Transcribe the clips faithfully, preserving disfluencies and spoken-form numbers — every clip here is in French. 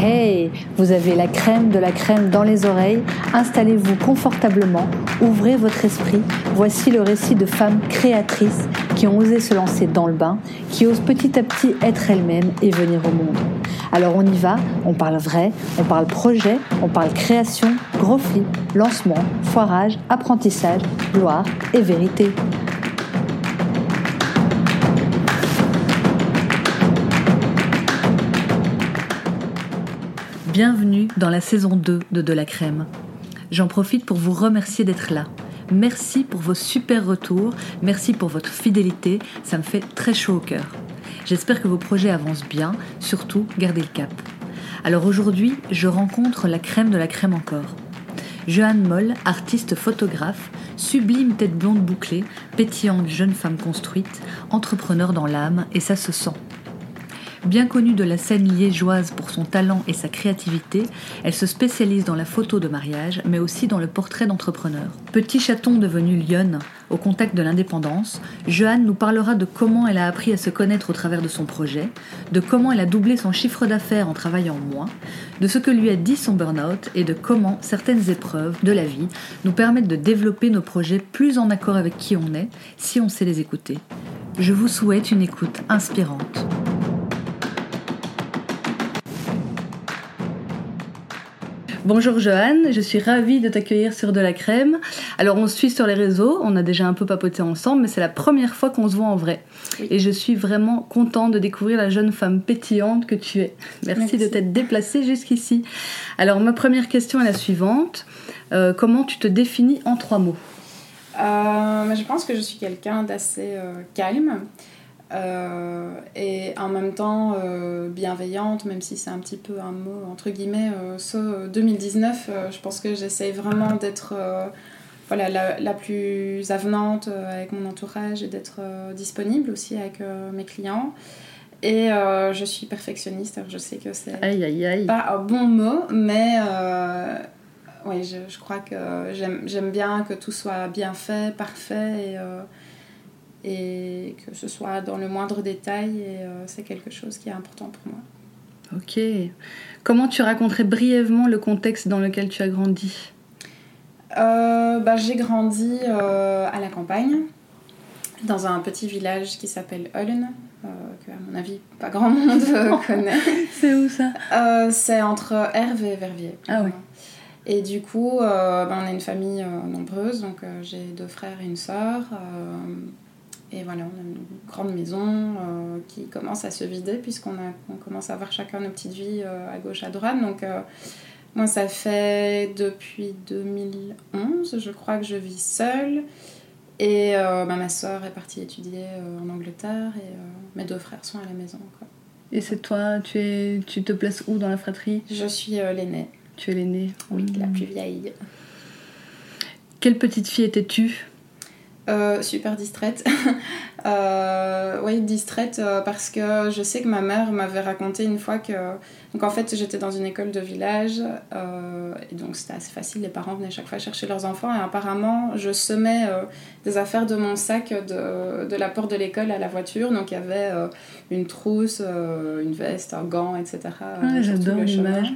Hey, vous avez la crème de la crème dans les oreilles, installez-vous confortablement, ouvrez votre esprit, voici le récit de femmes créatrices qui ont osé se lancer dans le bain, qui osent petit à petit être elles-mêmes et venir au monde. Alors on y va, on parle vrai, on parle projet, on parle création, gros flip, lancement, foirage, apprentissage, gloire et vérité. Bienvenue dans la saison deux de De la Crème. J'en profite pour vous remercier d'être là. Merci pour vos super retours, merci pour votre fidélité, ça me fait très chaud au cœur. J'espère que vos projets avancent bien, surtout gardez le cap. Alors aujourd'hui, je rencontre la crème de la crème encore. Joanne Moll, artiste photographe, sublime tête blonde bouclée, pétillante jeune femme construite, entrepreneur dans l'âme, et ça se sent. Bien connue de la scène liégeoise pour son talent et sa créativité, elle se spécialise dans la photo de mariage, mais aussi dans le portrait d'entrepreneur. Petit chaton devenu lionne, au contact de l'indépendance, Joanne nous parlera de comment elle a appris à se connaître au travers de son projet, de comment elle a doublé son chiffre d'affaires en travaillant moins, de ce que lui a dit son burn-out et de comment certaines épreuves de la vie nous permettent de développer nos projets plus en accord avec qui on est, si on sait les écouter. Je vous souhaite une écoute inspirante. Bonjour Joanne, je suis ravie de t'accueillir sur De la Crème. Alors on se suit sur les réseaux, on a déjà un peu papoté ensemble, mais c'est la première fois qu'on se voit en vrai. Oui. Et je suis vraiment contente de découvrir la jeune femme pétillante que tu es. Merci, Merci. de t'être déplacée jusqu'ici. Alors ma première question est la suivante. Euh, comment tu te définis en trois mots ? euh, Je pense que je suis quelqu'un d'assez euh, calme. Euh, et en même temps euh, bienveillante, même si c'est un petit peu un mot entre guillemets. Euh, ce deux mille dix-neuf, euh, je pense que j'essaye vraiment d'être euh, voilà, la, la plus avenante euh, avec mon entourage et d'être euh, disponible aussi avec euh, mes clients. Et euh, je suis perfectionniste, alors je sais que c'est aïe, aïe, aïe. pas un bon mot, mais euh, ouais, je, je crois que j'aime, j'aime bien que tout soit bien fait, parfait et euh, et que ce soit dans le moindre détail, et euh, c'est quelque chose qui est important pour moi. Ok. Comment tu raconterais brièvement le contexte dans lequel tu as grandi ? euh, bah, J'ai grandi euh, à la campagne, dans un petit village qui s'appelle Hollen, euh, que à mon avis pas grand monde connaît. C'est où ça ? euh, C'est entre Herve et Verviers. Ah oui. Et du coup, euh, bah, on est une famille euh, nombreuse, donc euh, j'ai deux frères et une sœur. Euh, Et voilà, on a une grande maison euh, qui commence à se vider puisqu'on a, on commence à avoir chacun nos petites vies euh, à gauche, à droite. Donc euh, moi, ça fait depuis deux mille onze, je crois que je vis seule. Et euh, bah, ma sœur est partie étudier euh, en Angleterre et euh, mes deux frères sont à la maison, quoi. Et c'est toi, tu, es, tu te places où dans la fratrie ? Je suis euh, l'aînée. Tu es l'aînée ? Oui, mmh. la plus vieille. Quelle petite fille étais-tu ? Euh, super distraite. euh, oui, distraite euh, parce que je sais que ma mère m'avait raconté une fois que... Donc en fait, j'étais dans une école de village euh, et donc c'était assez facile. Les parents venaient chaque fois chercher leurs enfants et apparemment, je semais euh, des affaires de mon sac de, de la porte de l'école à la voiture. Donc il y avait euh, une trousse, euh, une veste, un gant, et cetera. Ah, j'adore l'image.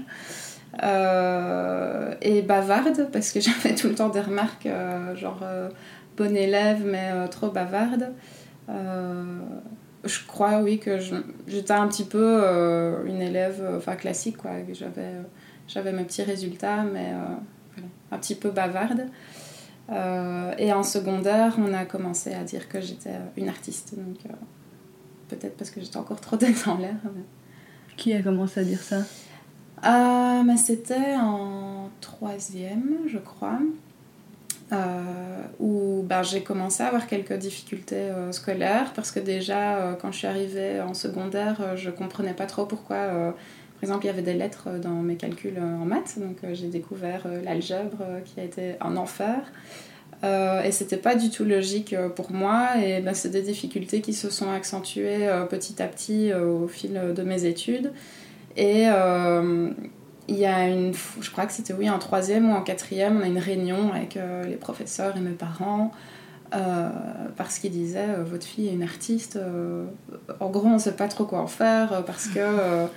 Euh, et bavarde parce que j'avais tout le temps des remarques euh, genre... Euh, bonne élève mais euh, trop bavarde. Euh, je crois oui que je, j'étais un petit peu euh, une élève enfin classique quoi. J'avais, euh, j'avais mes petits résultats mais euh, voilà, un petit peu bavarde. Euh, et en secondaire on a commencé à dire que j'étais une artiste donc euh, peut-être parce que j'étais encore trop tête en l'air. Mais... Qui a commencé à dire ça ? euh, mais c'était en troisième je crois. Euh, où ben, j'ai commencé à avoir quelques difficultés euh, scolaires parce que déjà euh, quand je suis arrivée en secondaire euh, je comprenais pas trop pourquoi euh, par exemple il y avait des lettres dans mes calculs euh, en maths donc euh, j'ai découvert euh, l'algèbre euh, qui a été un enfer euh, et c'était pas du tout logique euh, pour moi et ben, c'est des difficultés qui se sont accentuées euh, petit à petit euh, au fil de mes études et euh, il y a une, je crois que c'était oui en troisième ou en quatrième, on a une réunion avec euh, les professeurs et mes parents euh, parce qu'ils disaient euh, votre fille est une artiste. Euh, en gros, on ne sait pas trop quoi en faire parce que euh,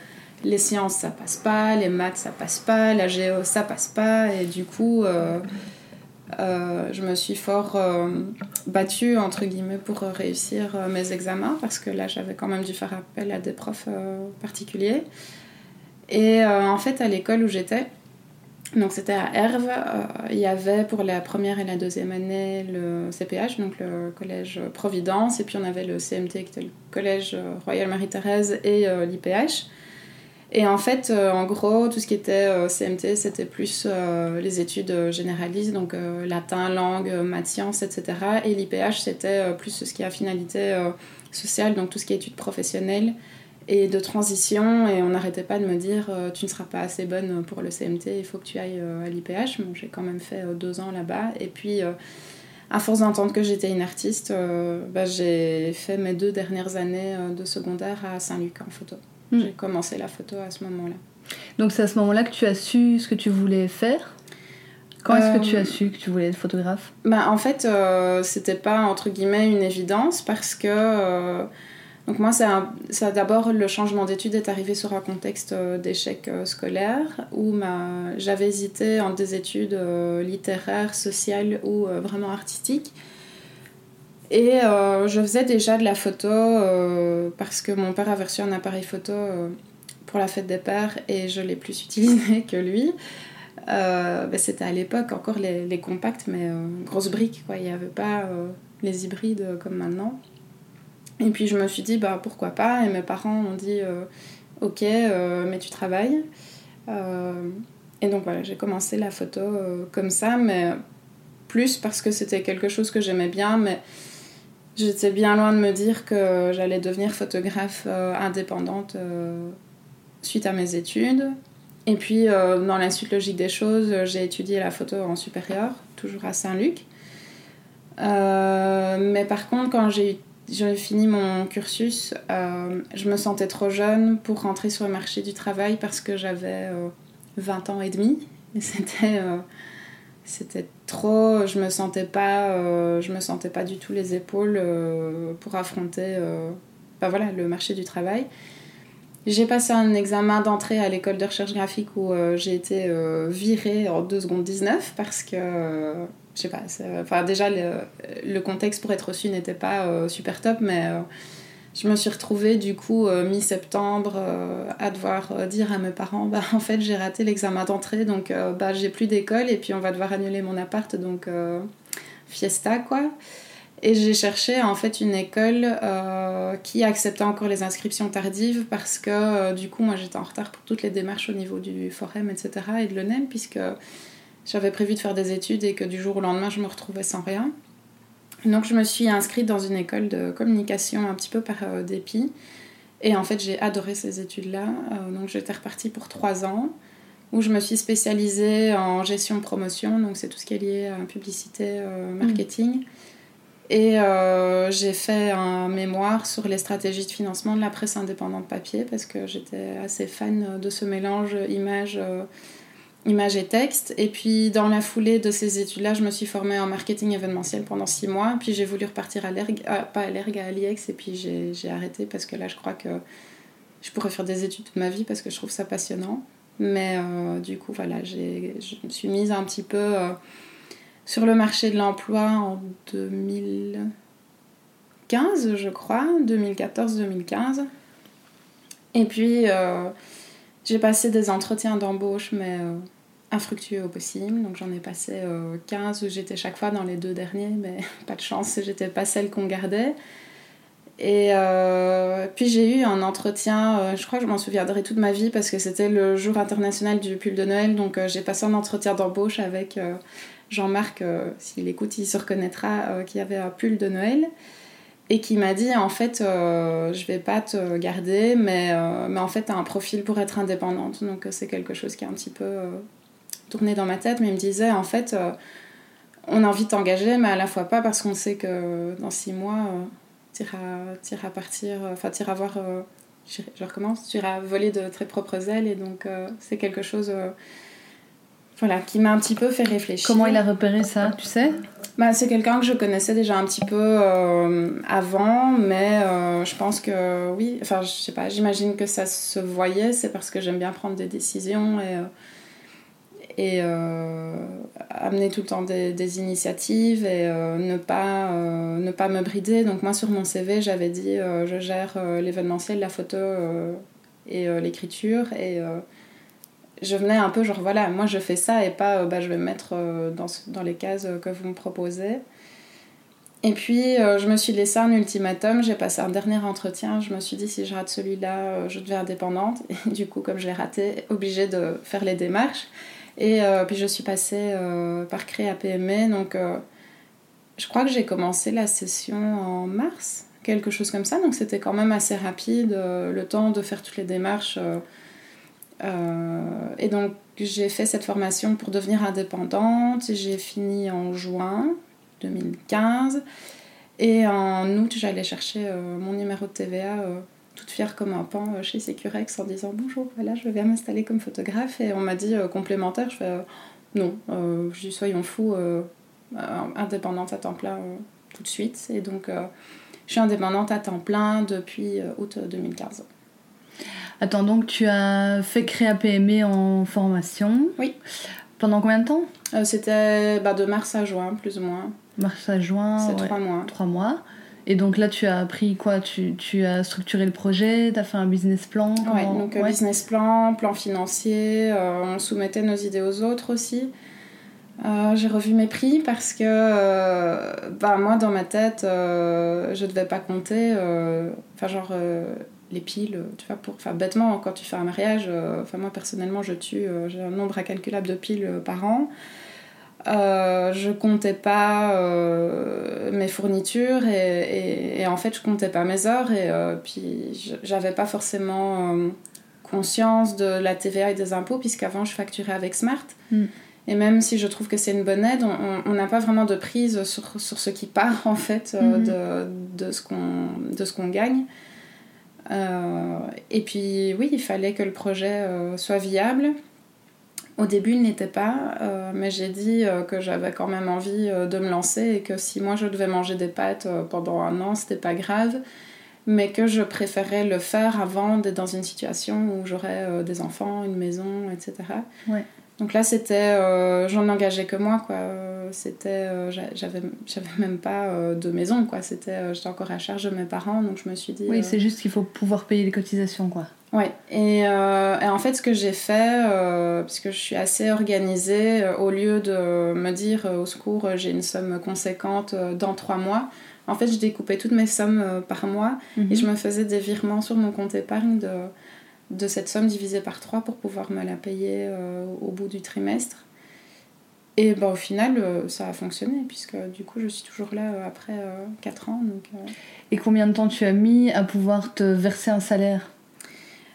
les sciences ça passe pas, les maths ça passe pas, la géo ça passe pas, et du coup euh, euh, je me suis fort euh, battue entre guillemets pour réussir euh, mes examens, parce que là j'avais quand même dû faire appel à des profs euh, particuliers. Et euh, en fait à l'école où j'étais, donc c'était à Herve, euh, il y avait pour la première et la deuxième année le C P H, donc le collège Providence, et puis on avait le C M T qui était le collège Royal Marie-Thérèse, et euh, l'I P H. Et en fait, euh, en gros, tout ce qui était euh, C M T, c'était plus euh, les études généralistes, donc euh, latin, langue, maths, sciences, et cetera. Et l'I P H, c'était euh, plus ce qui a finalité euh, sociale, donc tout ce qui est études professionnelles et de transition. Et on n'arrêtait pas de me dire euh, tu ne seras pas assez bonne pour le C M T, il faut que tu ailles euh, à l'I P H. Bon, j'ai quand même fait euh, deux ans là-bas. Et puis, euh, à force d'entendre que j'étais une artiste, euh, bah, j'ai fait mes deux dernières années euh, de secondaire à Saint-Luc en photo. Mmh. J'ai commencé la photo à ce moment-là. Donc c'est à ce moment-là que tu as su ce que tu voulais faire ? Quand euh, est-ce que tu as su que tu voulais être photographe ? Bah, en fait, euh, c'était pas entre guillemets une évidence, parce que euh, donc moi, ça, ça d'abord le changement d'études est arrivé sur un contexte euh, d'échec euh, scolaire, où ma, j'avais hésité entre des études euh, littéraires, sociales ou euh, vraiment artistiques. Et euh, je faisais déjà de la photo euh, parce que mon père avait reçu un appareil photo euh, pour la fête des pères, et je l'ai plus utilisé que lui. Euh, ben c'était à l'époque encore les, les compacts, mais euh, grosses briques, quoi. Il n'y avait pas euh, les hybrides comme maintenant. Et puis je me suis dit bah pourquoi pas, et mes parents m'ont dit euh, ok euh, mais tu travailles. Euh, et donc voilà, j'ai commencé la photo euh, comme ça, mais plus parce que c'était quelque chose que j'aimais bien, mais j'étais bien loin de me dire que j'allais devenir photographe euh, indépendante euh, suite à mes études. Et puis euh, dans la suite logique des choses, j'ai étudié la photo en supérieur, toujours à Saint-Luc. Euh, mais par contre, quand j'ai, j'ai fini mon cursus, euh, je me sentais trop jeune pour rentrer sur le marché du travail, parce que j'avais euh, vingt ans et demi. Et c'était, euh, c'était trop, je me sentais pas, euh, je me sentais pas du tout les épaules euh, pour affronter euh, ben voilà, le marché du travail. J'ai passé un examen d'entrée à l'école de recherche graphique où euh, j'ai été euh, virée en deux secondes dix-neuf, parce que, euh, je sais pas, enfin, déjà le, le contexte pour être reçue n'était pas euh, super top, mais euh, je me suis retrouvée du coup euh, mi-septembre euh, à devoir euh, dire à mes parents bah, en fait j'ai raté l'examen d'entrée, donc euh, bah, j'ai plus d'école, et puis on va devoir annuler mon appart, donc euh, fiesta quoi. Et j'ai cherché en fait une école euh, qui acceptait encore les inscriptions tardives, parce que euh, du coup moi j'étais en retard pour toutes les démarches au niveau du Forum, et cetera, et de l'E N E M, puisque j'avais prévu de faire des études et que du jour au lendemain je me retrouvais sans rien. Donc je me suis inscrite dans une école de communication un petit peu par euh, dépit, et en fait j'ai adoré ces études-là. Euh, donc j'étais repartie pour trois ans, où je me suis spécialisée en gestion de promotion, donc c'est tout ce qui est lié à publicité, euh, marketing. Mmh. Et euh, j'ai fait un mémoire sur les stratégies de financement de la presse indépendante papier, parce que j'étais assez fan de ce mélange image, euh, image et texte. Et puis dans la foulée de ces études-là, je me suis formée en marketing événementiel pendant six mois. Puis j'ai voulu repartir à l'ERG, euh, pas à l'ERG, à l'I E X, et puis j'ai, j'ai arrêté, parce que là je crois que je pourrais faire des études toute ma vie, parce que je trouve ça passionnant. Mais euh, du coup voilà, j'ai, je me suis mise un petit peu... Euh, sur le marché de l'emploi en deux mille quinze, je crois, deux mille quatorze deux mille quinze. Et puis, euh, j'ai passé des entretiens d'embauche, mais euh, infructueux au possible. Donc, j'en ai passé euh, quinze, où j'étais chaque fois dans les deux derniers, mais pas de chance, j'étais pas celle qu'on gardait. Et euh, puis, j'ai eu un entretien, euh, je crois que je m'en souviendrai toute ma vie, parce que c'était le jour international du pull de Noël. Donc, euh, j'ai passé un entretien d'embauche avec... Euh, Jean-Marc, euh, s'il écoute, il se reconnaîtra, euh, qui avait un pull de Noël, et qui m'a dit en fait euh, je vais pas te garder, mais, euh, mais en fait t'as un profil pour être indépendante. Donc euh, c'est quelque chose qui a un petit peu euh, tourné dans ma tête, mais il me disait en fait euh, on a envie de t'engager, mais à la fois pas, parce qu'on sait que dans six mois euh, t'iras, t'iras partir, enfin euh, t'iras voir, euh, je recommence, t'iras voler de très propres ailes, et donc euh, c'est quelque chose... Euh, voilà, qui m'a un petit peu fait réfléchir. Comment il a repéré ça, tu sais ? Bah, c'est quelqu'un que je connaissais déjà un petit peu euh, avant, mais euh, je pense que oui, enfin je sais pas, j'imagine que ça se voyait, c'est parce que j'aime bien prendre des décisions et, euh, et euh, amener tout le temps des, des initiatives et euh, ne, pas, euh, ne pas me brider. Donc moi sur mon C V j'avais dit euh, je gère euh, l'événementiel, la photo euh, et euh, l'écriture et euh, je venais un peu genre voilà, moi je fais ça et pas euh, bah, je vais me mettre euh, dans, dans les cases que vous me proposez. Et puis euh, je me suis laissé un ultimatum, j'ai passé un dernier entretien, je me suis dit si je rate celui-là, euh, je deviens indépendante. Et du coup comme je l'ai raté, obligée de faire les démarches. Et euh, puis je suis passée euh, par Créa P M E, donc euh, je crois que j'ai commencé la session en mars, quelque chose comme ça, donc c'était quand même assez rapide, euh, le temps de faire toutes les démarches. Euh, Euh, et donc j'ai fait cette formation pour devenir indépendante, j'ai fini en juin deux mille quinze et en août j'allais chercher euh, mon numéro de T V A euh, toute fière comme un pan euh, chez Securex en disant bonjour, voilà je viens m'installer comme photographe et on m'a dit euh, complémentaire, je fais euh, non, euh, je dis soyons fous, euh, indépendante à temps plein euh, tout de suite et donc euh, je suis indépendante à temps plein depuis euh, août deux mille quinze. Attends, donc tu as fait Créa P M E en formation. Oui. Pendant combien de temps ? euh, C'était bah, de mars à juin, plus ou moins. Mars à juin, c'est ouais, trois mois. Trois mois. Et donc là, tu as appris quoi ? tu, tu as structuré le projet, tu as fait un business plan ? Comment... Ouais, donc ouais. Business plan, plan financier, euh, on soumettait nos idées aux autres aussi. Euh, j'ai revu mes prix parce que euh, bah, moi, dans ma tête, euh, je devais pas compter. Enfin, euh, genre... Euh, les piles, tu vois, pour, enfin, bêtement, quand tu fais un mariage, euh, enfin, moi personnellement, je tue, euh, j'ai un nombre incalculable de piles euh, par an. Euh, je comptais pas euh, mes fournitures et, et, et en fait, je comptais pas mes heures et euh, puis j'avais pas forcément euh, conscience de la T V A et des impôts puisqu'avant, je facturais avec Smart. Mm. Et même si je trouve que c'est une bonne aide, on n'a pas vraiment de prise sur, sur ce qui part en fait euh, mm-hmm. de, de, ce qu'on, de ce qu'on gagne. Euh, et puis oui, il fallait que le projet euh, soit viable. Au début, il n'était pas, euh, mais j'ai dit euh, que j'avais quand même envie euh, de me lancer et que si moi je devais manger des pâtes euh, pendant un an, c'était pas grave, mais que je préférais le faire avant d'être dans une situation où j'aurais euh, des enfants, une maison, et cetera. Ouais. Donc là, c'était, euh, j'en engageais que moi, quoi. C'était, euh, j'avais, j'avais même pas euh, de maison, quoi. C'était, euh, j'étais encore à charge de mes parents, donc je me suis dit. Oui, euh... c'est juste qu'il faut pouvoir payer les cotisations, quoi. Ouais. Et, euh, et en fait, ce que j'ai fait, euh, puisque je suis assez organisée, euh, au lieu de me dire euh, au secours, j'ai une somme conséquente euh, dans trois mois. En fait, je découpais toutes mes sommes euh, par mois mm-hmm. et je me faisais des virements sur mon compte épargne de. de cette somme divisée par trois pour pouvoir me la payer euh, au bout du trimestre. Et ben, au final, euh, ça a fonctionné, puisque du coup, je suis toujours là euh, après euh, quatre ans. Donc, euh... Et combien de temps tu as mis à pouvoir te verser un salaire raisonnable ?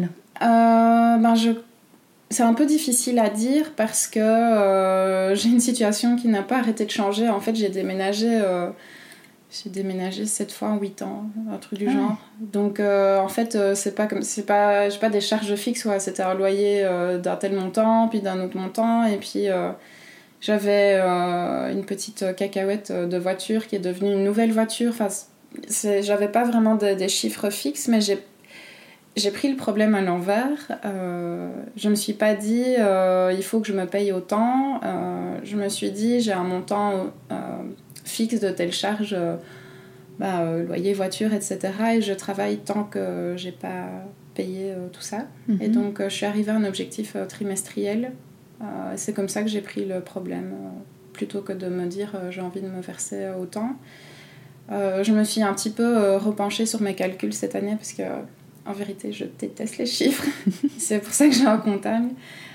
euh, ben, je... C'est un peu difficile à dire parce que euh, j'ai une situation qui n'a pas arrêté de changer. En fait, j'ai déménagé... Euh... J'ai déménagé sept fois en huit ans, un truc du ah. genre. Donc, euh, en fait, euh, c'est pas comme, c'est pas, j'ai pas des charges fixes, ouais. C'était un loyer euh, d'un tel montant, puis d'un autre montant, et puis euh, j'avais euh, une petite cacahuète de voiture qui est devenue une nouvelle voiture. Enfin, c'est, j'avais pas vraiment de, des chiffres fixes, mais j'ai, j'ai pris le problème à l'envers. Euh, je me suis pas dit, euh, il faut que je me paye autant. Euh, je me suis dit, j'ai un montant... Euh, fixe de telle charge, euh, bah, euh, loyer, voiture, et cetera. Et je travaille tant que j'ai pas payé euh, tout ça. Mm-hmm. Et donc, euh, je suis arrivée à un objectif euh, trimestriel. Euh, c'est comme ça que j'ai pris le problème, euh, plutôt que de me dire euh, j'ai envie de me verser euh, autant. Euh, je me suis un petit peu euh, repenchée sur mes calculs cette année parce que, en vérité, je déteste les chiffres. C'est pour ça que j'ai un comptable.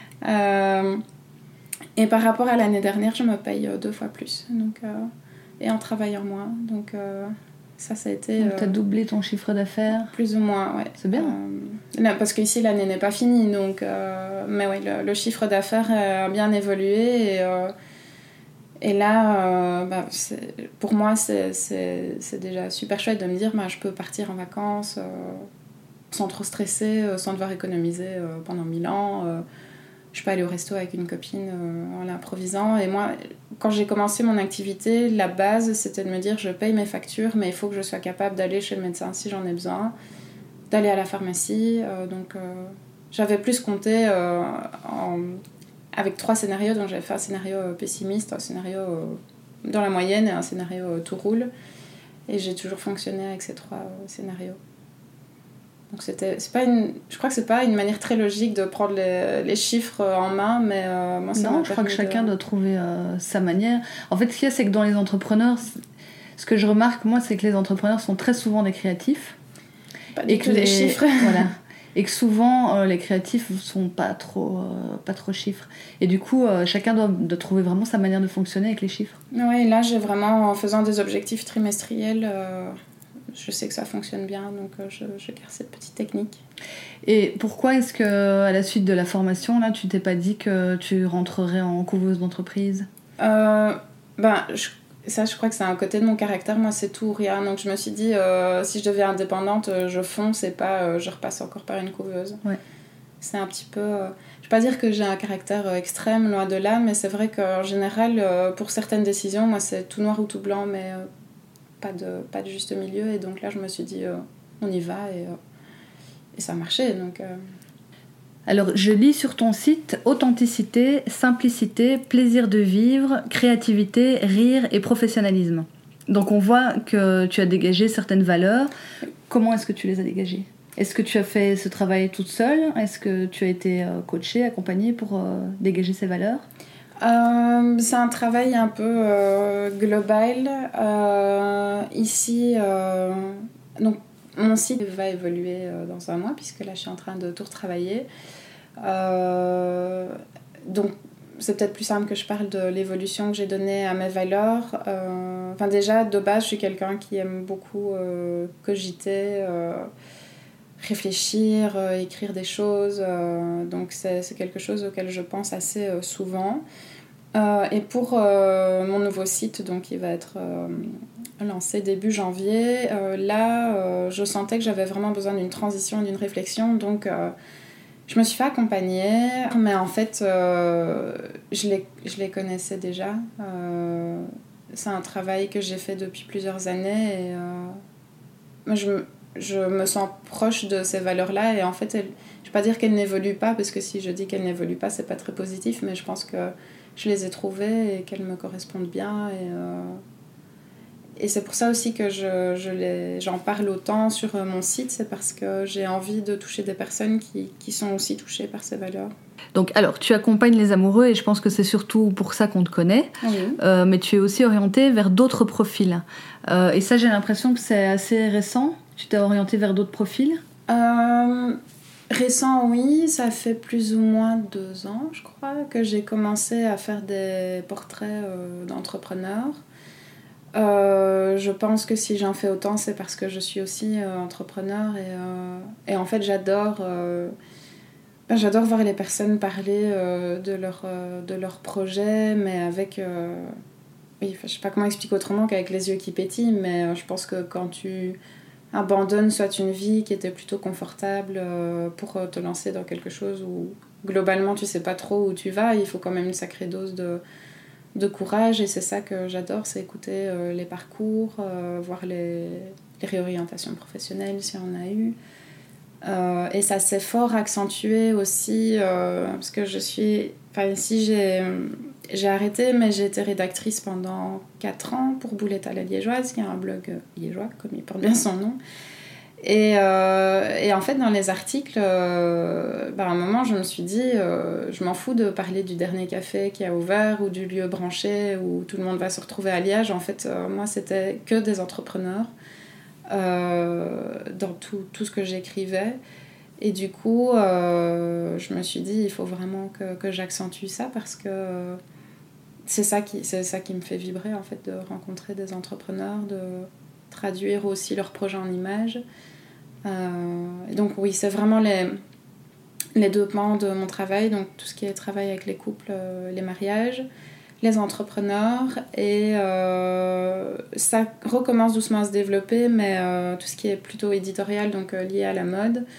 Euh, et par rapport à l'année dernière, je me paye euh, deux fois plus. Donc... Euh, et en travaillant moins. Donc euh, ça, ça a été... Donc euh, t'as doublé ton chiffre d'affaires ? Plus ou moins, ouais. C'est bien. Euh, non, parce qu'ici, l'année n'est pas finie. Donc, euh, mais oui, le, le chiffre d'affaires a bien évolué. Et, euh, et là, euh, bah, c'est, pour moi, c'est, c'est, c'est déjà super chouette de me dire bah, je peux partir en vacances euh, sans trop stresser, euh, sans devoir économiser euh, pendant mille ans. Euh, je peux aller au resto avec une copine euh, en l'improvisant. Et moi, quand j'ai commencé mon activité, la base, c'était de me dire, je paye mes factures, mais il faut que je sois capable d'aller chez le médecin si j'en ai besoin, d'aller à la pharmacie. Euh, donc, euh, j'avais plus compté euh, en, avec trois scénarios. Donc, j'avais fait un scénario pessimiste, un scénario euh, dans la moyenne et un scénario euh, tout roule. Et j'ai toujours fonctionné avec ces trois euh, scénarios. Donc c'était, c'est pas une, je crois que c'est pas une manière très logique de prendre les, les chiffres en main, mais euh, moi ça non, m'a je crois que chacun de... doit trouver euh, sa manière. En fait, ce qu'il y a, c'est que dans les entrepreneurs, ce que je remarque moi, c'est que les entrepreneurs sont très souvent des créatifs. Pas du et tout que des les chiffres. Voilà. Et que souvent euh, les créatifs sont pas trop, euh, pas trop chiffres. Et du coup, euh, chacun doit, doit trouver vraiment sa manière de fonctionner avec les chiffres. Oui, là j'ai vraiment, en faisant des objectifs trimestriels, euh, je sais que ça fonctionne bien, donc euh, je, je garde cette petite technique. Et pourquoi est-ce que, à la suite de la formation, là, tu t'es pas dit que tu rentrerais en couveuse d'entreprise ? euh, ben, je, Ça, je crois que c'est un côté de mon caractère. Moi, c'est tout ou rien. Donc, je me suis dit, euh, si je deviens indépendante, je fonce et pas euh, je repasse encore par une couveuse. Ouais. C'est un petit peu... Euh, je vais pas dire que j'ai un caractère euh, extrême, loin de là, mais c'est vrai qu'en général, euh, pour certaines décisions, moi, c'est tout noir ou tout blanc, mais euh, pas, de, pas de juste milieu. Et donc là, je me suis dit, euh, on y va. Et, euh, et ça a marché. Donc... Euh... Alors, je lis sur ton site authenticité, simplicité, plaisir de vivre, créativité, rire et professionnalisme. Donc, on voit que tu as dégagé certaines valeurs. Comment est-ce que tu les as dégagées ? Est-ce que tu as fait ce travail toute seule ? Est-ce que tu as été coachée, accompagnée pour euh, dégager ces valeurs ? Euh, c'est un travail un peu euh, global. Euh, ici, euh, donc, mon site va évoluer euh, dans un mois, puisque là, je suis en train de tout retravailler. Euh, donc, c'est peut-être plus simple que je parle de l'évolution que j'ai donnée à mes valeurs. Euh, enfin, déjà, de base, je suis quelqu'un qui aime beaucoup euh, cogiter, euh, réfléchir, euh, écrire des choses. Euh, donc, c'est, c'est quelque chose auquel je pense assez euh, souvent. Euh, et pour euh, mon nouveau site, donc, qui va être euh, lancé début janvier, euh, là, euh, je sentais que j'avais vraiment besoin d'une transition, d'une réflexion. Donc, euh, je me suis fait accompagner, mais en fait, euh, je, les, je les connaissais déjà. Euh, c'est un travail que j'ai fait depuis plusieurs années et euh, je, je me sens proche de ces valeurs-là. Et en fait, elles, je ne vais pas dire qu'elles n'évoluent pas, parce que si je dis qu'elles n'évoluent pas, c'est pas très positif, mais je pense que je les ai trouvées et qu'elles me correspondent bien. Et, euh, et c'est pour ça aussi que je, je les, j'en parle autant sur mon site, c'est parce que j'ai envie de toucher des personnes qui, qui sont aussi touchées par ces valeurs. Donc, alors, tu accompagnes les amoureux et je pense que c'est surtout pour ça qu'on te connaît, oui. euh, mais tu es aussi orientée vers d'autres profils. Euh, et ça, j'ai l'impression que c'est assez récent. Tu t'es orientée vers d'autres profils ? euh, Récent, oui. Ça fait plus ou moins deux ans, je crois, que j'ai commencé à faire des portraits euh, d'entrepreneurs. Euh, je pense que si j'en fais autant, c'est parce que je suis aussi euh, entrepreneur et, euh, et en fait j'adore, euh, ben, j'adore voir les personnes parler euh, de leur, euh, de leur projet, mais avec, euh, oui, je sais pas comment expliquer autrement qu'avec les yeux qui pétillent, mais euh, je pense que quand tu abandonnes soit une vie qui était plutôt confortable euh, pour te lancer dans quelque chose où globalement tu sais pas trop où tu vas, il faut quand même une sacrée dose de de courage, et c'est ça que j'adore, c'est écouter euh, les parcours, euh, voir les, les réorientations professionnelles si on a eu. Euh, et ça s'est fort accentué aussi, euh, parce que je suis... Enfin, ici, j'ai, j'ai arrêté, mais j'ai été rédactrice pendant quatre ans pour Boulette à la Liégeoise, qui est un blog liégeois, comme il porte bien son nom. Et, euh, et en fait, dans les articles, euh, bah à un moment, je me suis dit, euh, je m'en fous de parler du dernier café qui a ouvert ou du lieu branché où tout le monde va se retrouver à Liège. En fait, euh, moi, c'était que des entrepreneurs euh, dans tout, tout ce que j'écrivais. Et du coup, euh, je me suis dit, il faut vraiment que, que j'accentue ça, parce que c'est ça, qui, c'est ça qui me fait vibrer, en fait, de rencontrer des entrepreneurs, de traduire aussi leurs projets en images. Euh, donc oui, c'est vraiment les, les deux pans de mon travail, donc tout ce qui est travail avec les couples, euh, les mariages, les entrepreneurs, et euh, ça recommence doucement à se développer, mais euh, tout ce qui est plutôt éditorial, donc euh, lié à la mode,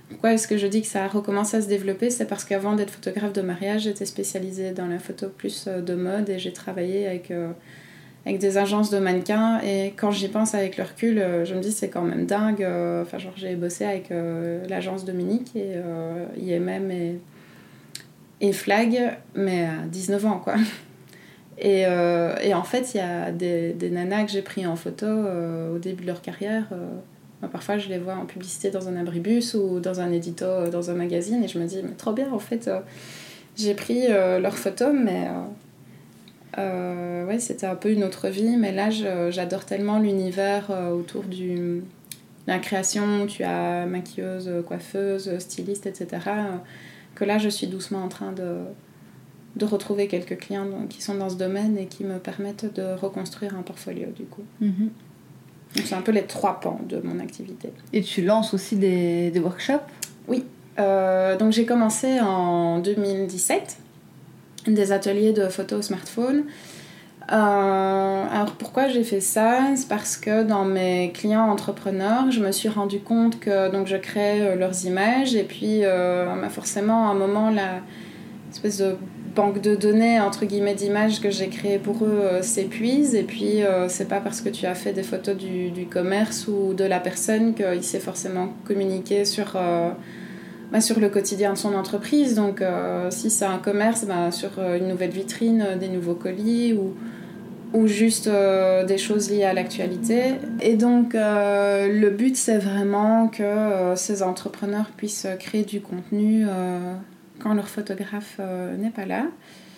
pourquoi est-ce que je dis que ça a recommencé à se développer, c'est parce qu'avant d'être photographe de mariage, j'étais spécialisée dans la photo plus de mode et j'ai travaillé avec, euh, avec des agences de mannequins. Et quand j'y pense avec le recul, euh, je me dis c'est quand même dingue. Euh, enfin, genre, j'ai bossé avec euh, l'agence Dominique et euh, I M M et, et Flag, mais à dix-neuf ans, quoi. Et, euh, et en fait, il y a des, des nanas que j'ai pris en photo euh, au début de leur carrière. Euh, ben, parfois, je les vois en publicité dans un abribus ou dans un édito, euh, dans un magazine, et je me dis, mais trop bien, en fait, euh, j'ai pris euh, leurs photos, mais euh, euh, ouais, c'était un peu une autre vie. Mais là, je, j'adore tellement l'univers euh, autour du, de la création, où tu as maquilleuse, coiffeuse, styliste, et cetera, euh, que là, je suis doucement en train de... de retrouver quelques clients donc, qui sont dans ce domaine et qui me permettent de reconstruire un portfolio du coup. Mm-hmm. Donc c'est un peu les trois pans de mon activité. Et tu lances aussi des, des workshops ? Oui. Euh, donc j'ai commencé en deux mille dix-sept des ateliers de photo au smartphone. Euh, alors pourquoi j'ai fait ça ? C'est parce que dans mes clients entrepreneurs, je me suis rendu compte que donc, je crée leurs images et puis euh, forcément à un moment la espèce de banque de données entre guillemets d'images que j'ai créées pour eux euh, s'épuise et puis euh, c'est pas parce que tu as fait des photos du, du commerce ou de la personne qu'il sait forcément communiquer sur, euh, bah, sur le quotidien de son entreprise. Donc euh, si c'est un commerce, bah, sur une nouvelle vitrine, des nouveaux colis ou, ou juste euh, des choses liées à l'actualité. Et donc euh, le but c'est vraiment que euh, ces entrepreneurs puissent créer du contenu euh, quand leur photographe euh, n'est pas là.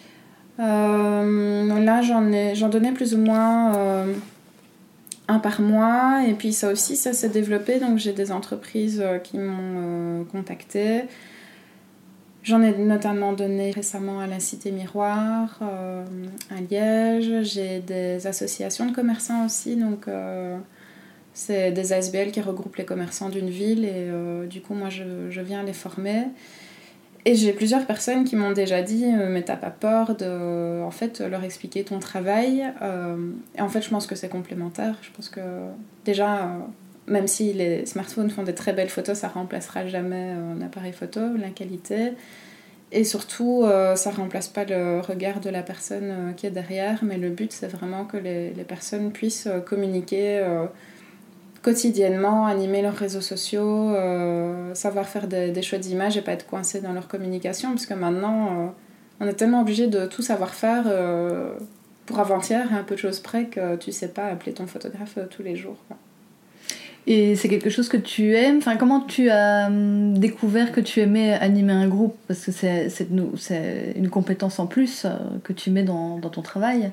Euh, là, j'en, ai, j'en donnais plus ou moins euh, un par mois. Et puis ça aussi, ça s'est développé. Donc j'ai des entreprises euh, qui m'ont euh, contactée. J'en ai notamment donné récemment à la Cité Miroir, euh, à Liège. J'ai des associations de commerçants aussi. Donc euh, c'est des A S B L qui regroupent les commerçants d'une ville. Et euh, du coup, moi, je, je viens les former. Et j'ai plusieurs personnes qui m'ont déjà dit euh, mais t'as pas peur de en fait, leur expliquer ton travail euh, et en fait je pense que c'est complémentaire. Je pense que déjà euh, même si les smartphones font des très belles photos, ça remplacera jamais un appareil photo, la qualité, et surtout euh, ça remplace pas le regard de la personne euh, qui est derrière, mais le but c'est vraiment que les, les personnes puissent euh, communiquer euh, quotidiennement, animer leurs réseaux sociaux, euh, savoir faire des, des chouettes images et pas être coincé dans leur communication, parce que maintenant euh, on est tellement obligé de tout savoir faire euh, pour avant-hier, à un peu de choses près, que tu sais pas appeler ton photographe euh, tous les jours, quoi. Et c'est quelque chose que tu aimes ? Enfin, comment tu as hum, découvert que tu aimais animer un groupe ? Parce que c'est, c'est, c'est une compétence en plus euh, que tu mets dans, dans ton travail.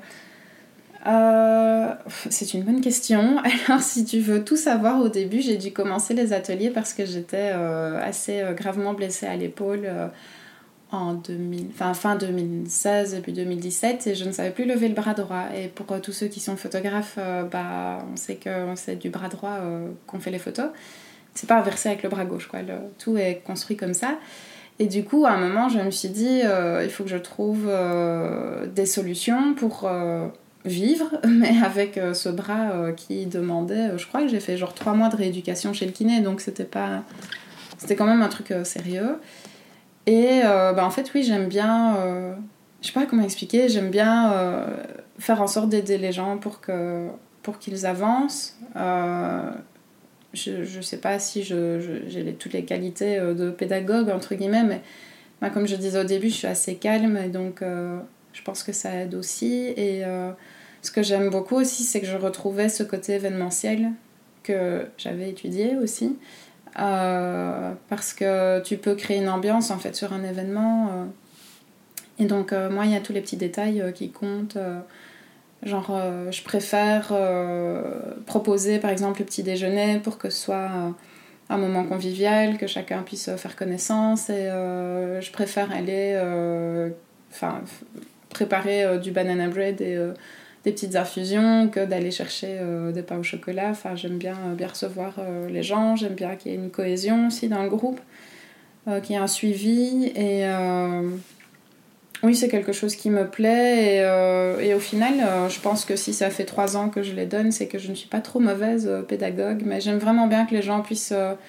Euh, c'est une bonne question. Alors, si tu veux tout savoir, au début, j'ai dû commencer les ateliers parce que j'étais euh, assez euh, gravement blessée à l'épaule euh, en deux mille, enfin, fin deux mille seize et puis deux mille dix-sept, et je ne savais plus lever le bras droit. Et pour euh, tous ceux qui sont photographes, euh, bah, on sait que c'est du bras droit euh, qu'on fait les photos. C'est pas inversé avec le bras gauche, quoi. Le, tout est construit comme ça. Et du coup, à un moment, je me suis dit, euh, il faut que je trouve euh, des solutions pour... Euh, vivre, mais avec euh, ce bras euh, qui demandait, euh, je crois que j'ai fait genre trois mois de rééducation chez le kiné, donc c'était pas, c'était quand même un truc euh, sérieux. Et euh, bah, en fait, oui, j'aime bien, euh, je sais pas comment expliquer, j'aime bien euh, faire en sorte d'aider les gens pour que, pour qu'ils avancent. Euh, je, je sais pas si je, je, j'ai les, toutes les qualités euh, de pédagogue entre guillemets, mais bah, comme je disais au début, je suis assez calme et donc euh, je pense que ça aide aussi. Et euh, ce que j'aime beaucoup aussi, c'est que je retrouvais ce côté événementiel que j'avais étudié aussi. Euh, parce que tu peux créer une ambiance en fait sur un événement. Euh, et donc, euh, moi, il y a tous les petits détails euh, qui comptent. Euh, genre, euh, je préfère euh, proposer par exemple le petit déjeuner pour que ce soit euh, un moment convivial, que chacun puisse faire connaissance. Et euh, je préfère aller. Euh, enfin. préparer euh, du banana bread et euh, des petites infusions que d'aller chercher euh, des pains au chocolat. Enfin, j'aime bien, euh, bien recevoir euh, les gens, j'aime bien qu'il y ait une cohésion aussi dans le groupe, euh, qu'il y ait un suivi. Et euh, oui, c'est quelque chose qui me plaît. Et, euh, et au final, euh, je pense que si ça fait trois ans que je les donne, c'est que je ne suis pas trop mauvaise euh, pédagogue, mais j'aime vraiment bien que les gens puissent... Euh,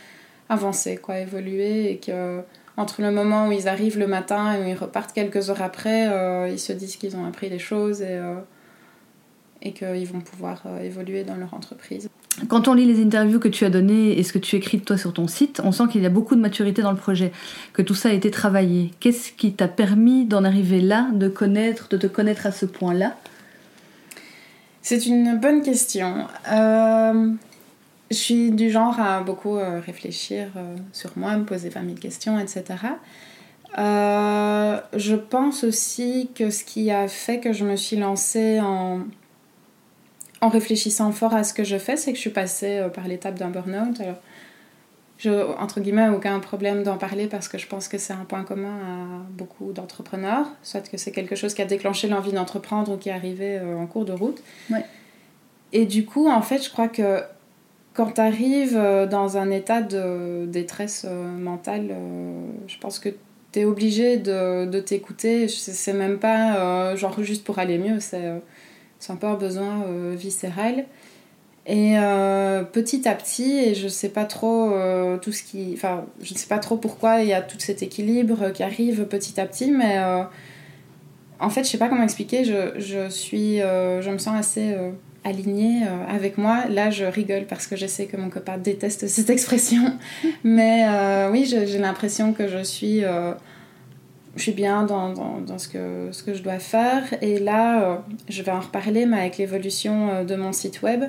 avancer, quoi, évoluer, et que entre le moment où ils arrivent le matin et où ils repartent quelques heures après, euh, ils se disent qu'ils ont appris des choses et, euh, et qu'ils vont pouvoir euh, évoluer dans leur entreprise. Quand on lit les interviews que tu as données et ce que tu écris de toi sur ton site, on sent qu'il y a beaucoup de maturité dans le projet, que tout ça a été travaillé. Qu'est-ce qui t'a permis d'en arriver là, de connaître, de te connaître à ce point-là ? C'est une bonne question. Euh, je suis du genre à beaucoup euh, réfléchir euh, sur moi, me poser vingt mille questions, et cetera. Euh, je pense aussi que ce qui a fait que je me suis lancée en, en réfléchissant fort à ce que je fais, c'est que je suis passée euh, par l'étape d'un burn-out. Alors, je, entre guillemets, aucun problème d'en parler parce que je pense que c'est un point commun à beaucoup d'entrepreneurs, soit que c'est quelque chose qui a déclenché l'envie d'entreprendre ou qui est arrivé euh, en cours de route. Ouais. Et du coup, en fait, je crois que quand tu arrives dans un état de détresse euh, mentale, euh, je pense que tu es obligé de, de t'écouter. C'est, c'est même pas euh, genre juste pour aller mieux, c'est, euh, c'est un peu un besoin euh, viscéral. Et euh, petit à petit, et je sais pas trop euh, tout ce qui, enfin, je ne sais pas trop pourquoi il y a tout cet équilibre qui arrive petit à petit, mais euh, en fait, je sais pas comment expliquer. Je, je suis, euh, je me sens assez euh, alignée euh, avec moi. Là, je rigole parce que je sais que mon copain déteste cette expression, mais euh, oui, je, j'ai l'impression que je suis, euh, je suis bien dans, dans, dans ce que ce que je dois faire. Et là, euh, je vais en reparler, mais avec l'évolution de mon site web.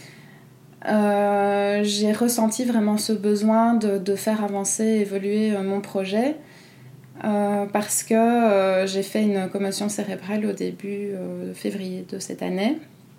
Euh, j'ai ressenti vraiment ce besoin de, de faire avancer, évoluer euh, mon projet euh, parce que euh, j'ai fait une commotion cérébrale au début euh, de février de cette année.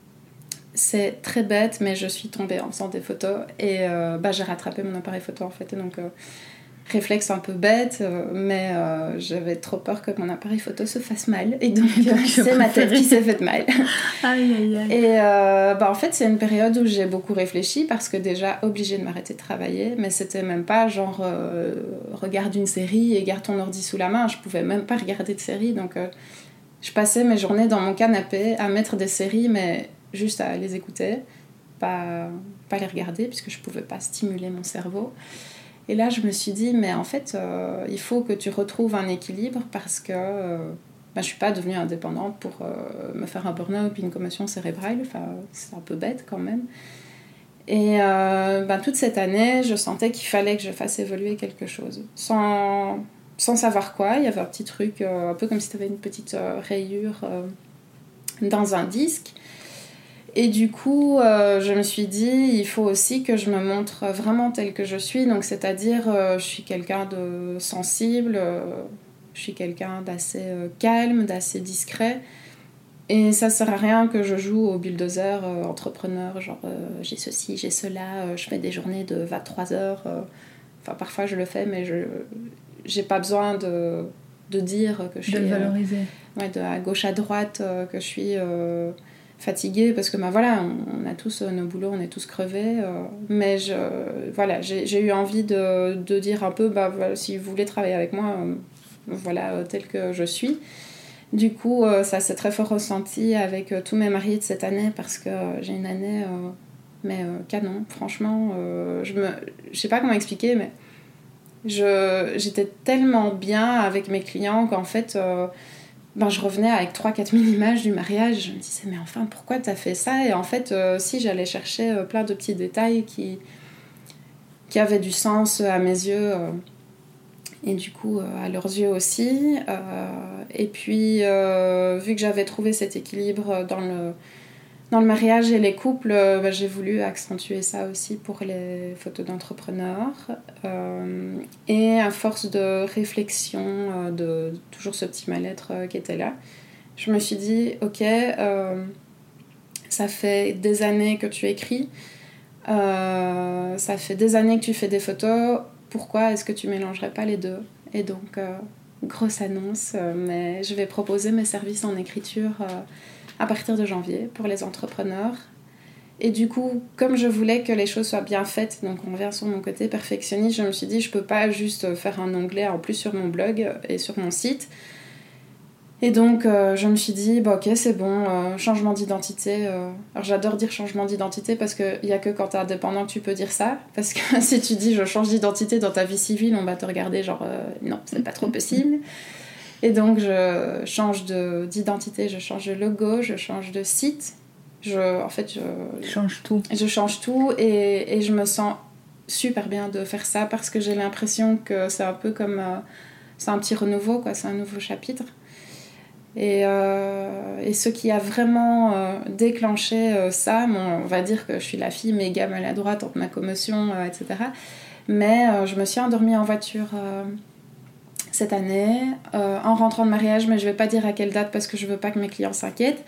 C'est très bête, mais je suis tombée en faisant des photos et euh, bah, j'ai rattrapé mon appareil photo en fait. Et donc, euh, réflexe un peu bête, euh, mais euh, j'avais trop peur que mon appareil photo se fasse mal. Et donc, euh, c'est ma tête qui s'est faite mal. Aïe, aïe, aïe. Et euh, bah, en fait, c'est une période où j'ai beaucoup réfléchi parce que déjà, obligée de m'arrêter de travailler, mais c'était même pas genre euh, regarde une série et garde ton ordi sous la main. Je pouvais même pas regarder de série. Donc, euh, je passais mes journées dans mon canapé à mettre des séries, mais juste à les écouter, pas, pas les regarder puisque je pouvais pas stimuler mon cerveau. Et là, je me suis dit, mais en fait, euh, il faut que tu retrouves un équilibre parce que euh, ben, je ne suis pas devenue indépendante pour euh, me faire un burn-out puis une commotion cérébrale. Enfin, c'est un peu bête quand même. Et euh, ben, toute cette année, je sentais qu'il fallait que je fasse évoluer quelque chose. Sans, sans savoir quoi, il y avait un petit truc, euh, un peu comme si tu avais une petite euh, rayure euh, dans un disque. Et du coup, euh, je me suis dit, il faut aussi que je me montre vraiment telle que je suis. Donc, c'est-à-dire, euh, je suis quelqu'un de sensible, euh, je suis quelqu'un d'assez euh, calme, d'assez discret. Et ça ne sert à rien que je joue au bulldozer euh, entrepreneur, genre euh, j'ai ceci, j'ai cela, euh, je fais des journées de vingt-trois heures. Euh, enfin, parfois je le fais, mais je n'ai pas besoin de, de dire que je de suis... De le valoriser. Euh, ouais, de à gauche à droite, euh, que je suis... Euh, fatiguée parce que bah voilà, on, on a tous euh, nos boulots, on est tous crevés, euh, mais je, voilà, j'ai, j'ai eu envie de, de dire un peu bah voilà, si vous voulez travailler avec moi, euh, voilà euh, tel que je suis. Du coup, euh, ça s'est très fort ressenti avec euh, tous mes mariés de cette année parce que euh, j'ai une année euh, mais euh, canon, franchement, euh, je me, je sais pas comment expliquer, mais je, j'étais tellement bien avec mes clients qu'en fait euh, ben, je revenais avec trois à quatre mille images du mariage. Je me disais, mais enfin, pourquoi t'as fait ça ? Et en fait, euh, si j'allais chercher euh, plein de petits détails qui, qui avaient du sens à mes yeux, euh, et du coup, euh, à leurs yeux aussi. Euh, et puis, euh, vu que j'avais trouvé cet équilibre dans le, dans le mariage et les couples, euh, ben, j'ai voulu accentuer ça aussi pour les photos d'entrepreneurs. Euh, et à force de réflexion, euh, de, de toujours ce petit mal-être euh, qui était là, je me suis dit, ok, euh, ça fait des années que tu écris, euh, ça fait des années que tu fais des photos, pourquoi est-ce que tu mélangerais pas les deux ? Et donc, euh, grosse annonce, euh, mais je vais proposer mes services en écriture euh, à partir de janvier pour les entrepreneurs. Et du coup, comme je voulais que les choses soient bien faites, donc on revient sur mon côté perfectionniste, je me suis dit je peux pas juste faire un onglet en plus sur mon blog et sur mon site. Et donc, euh, je me suis dit, bah, ok, c'est bon, euh, changement d'identité. Euh... Alors, j'adore dire changement d'identité parce qu'il n'y a que quand t'es indépendant que tu peux dire ça. Parce que si tu dis je change d'identité dans ta vie civile, on va te regarder genre, euh, non, c'est pas trop possible. Et donc, je change de, d'identité, je change de logo, je change de site. Je, en fait, je... Je change tout. Je change tout et, et je me sens super bien de faire ça parce que j'ai l'impression que c'est un peu comme... Euh, c'est un petit renouveau, quoi, c'est un nouveau chapitre. Et, euh, et ce qui a vraiment euh, déclenché euh, ça, bon, on va dire que je suis la fille méga maladroite entre ma commotion, euh, et cetera. Mais euh, je me suis endormie en voiture euh, cette année, euh, en rentrant de mariage, mais je vais pas dire à quelle date parce que je veux pas que mes clients s'inquiètent.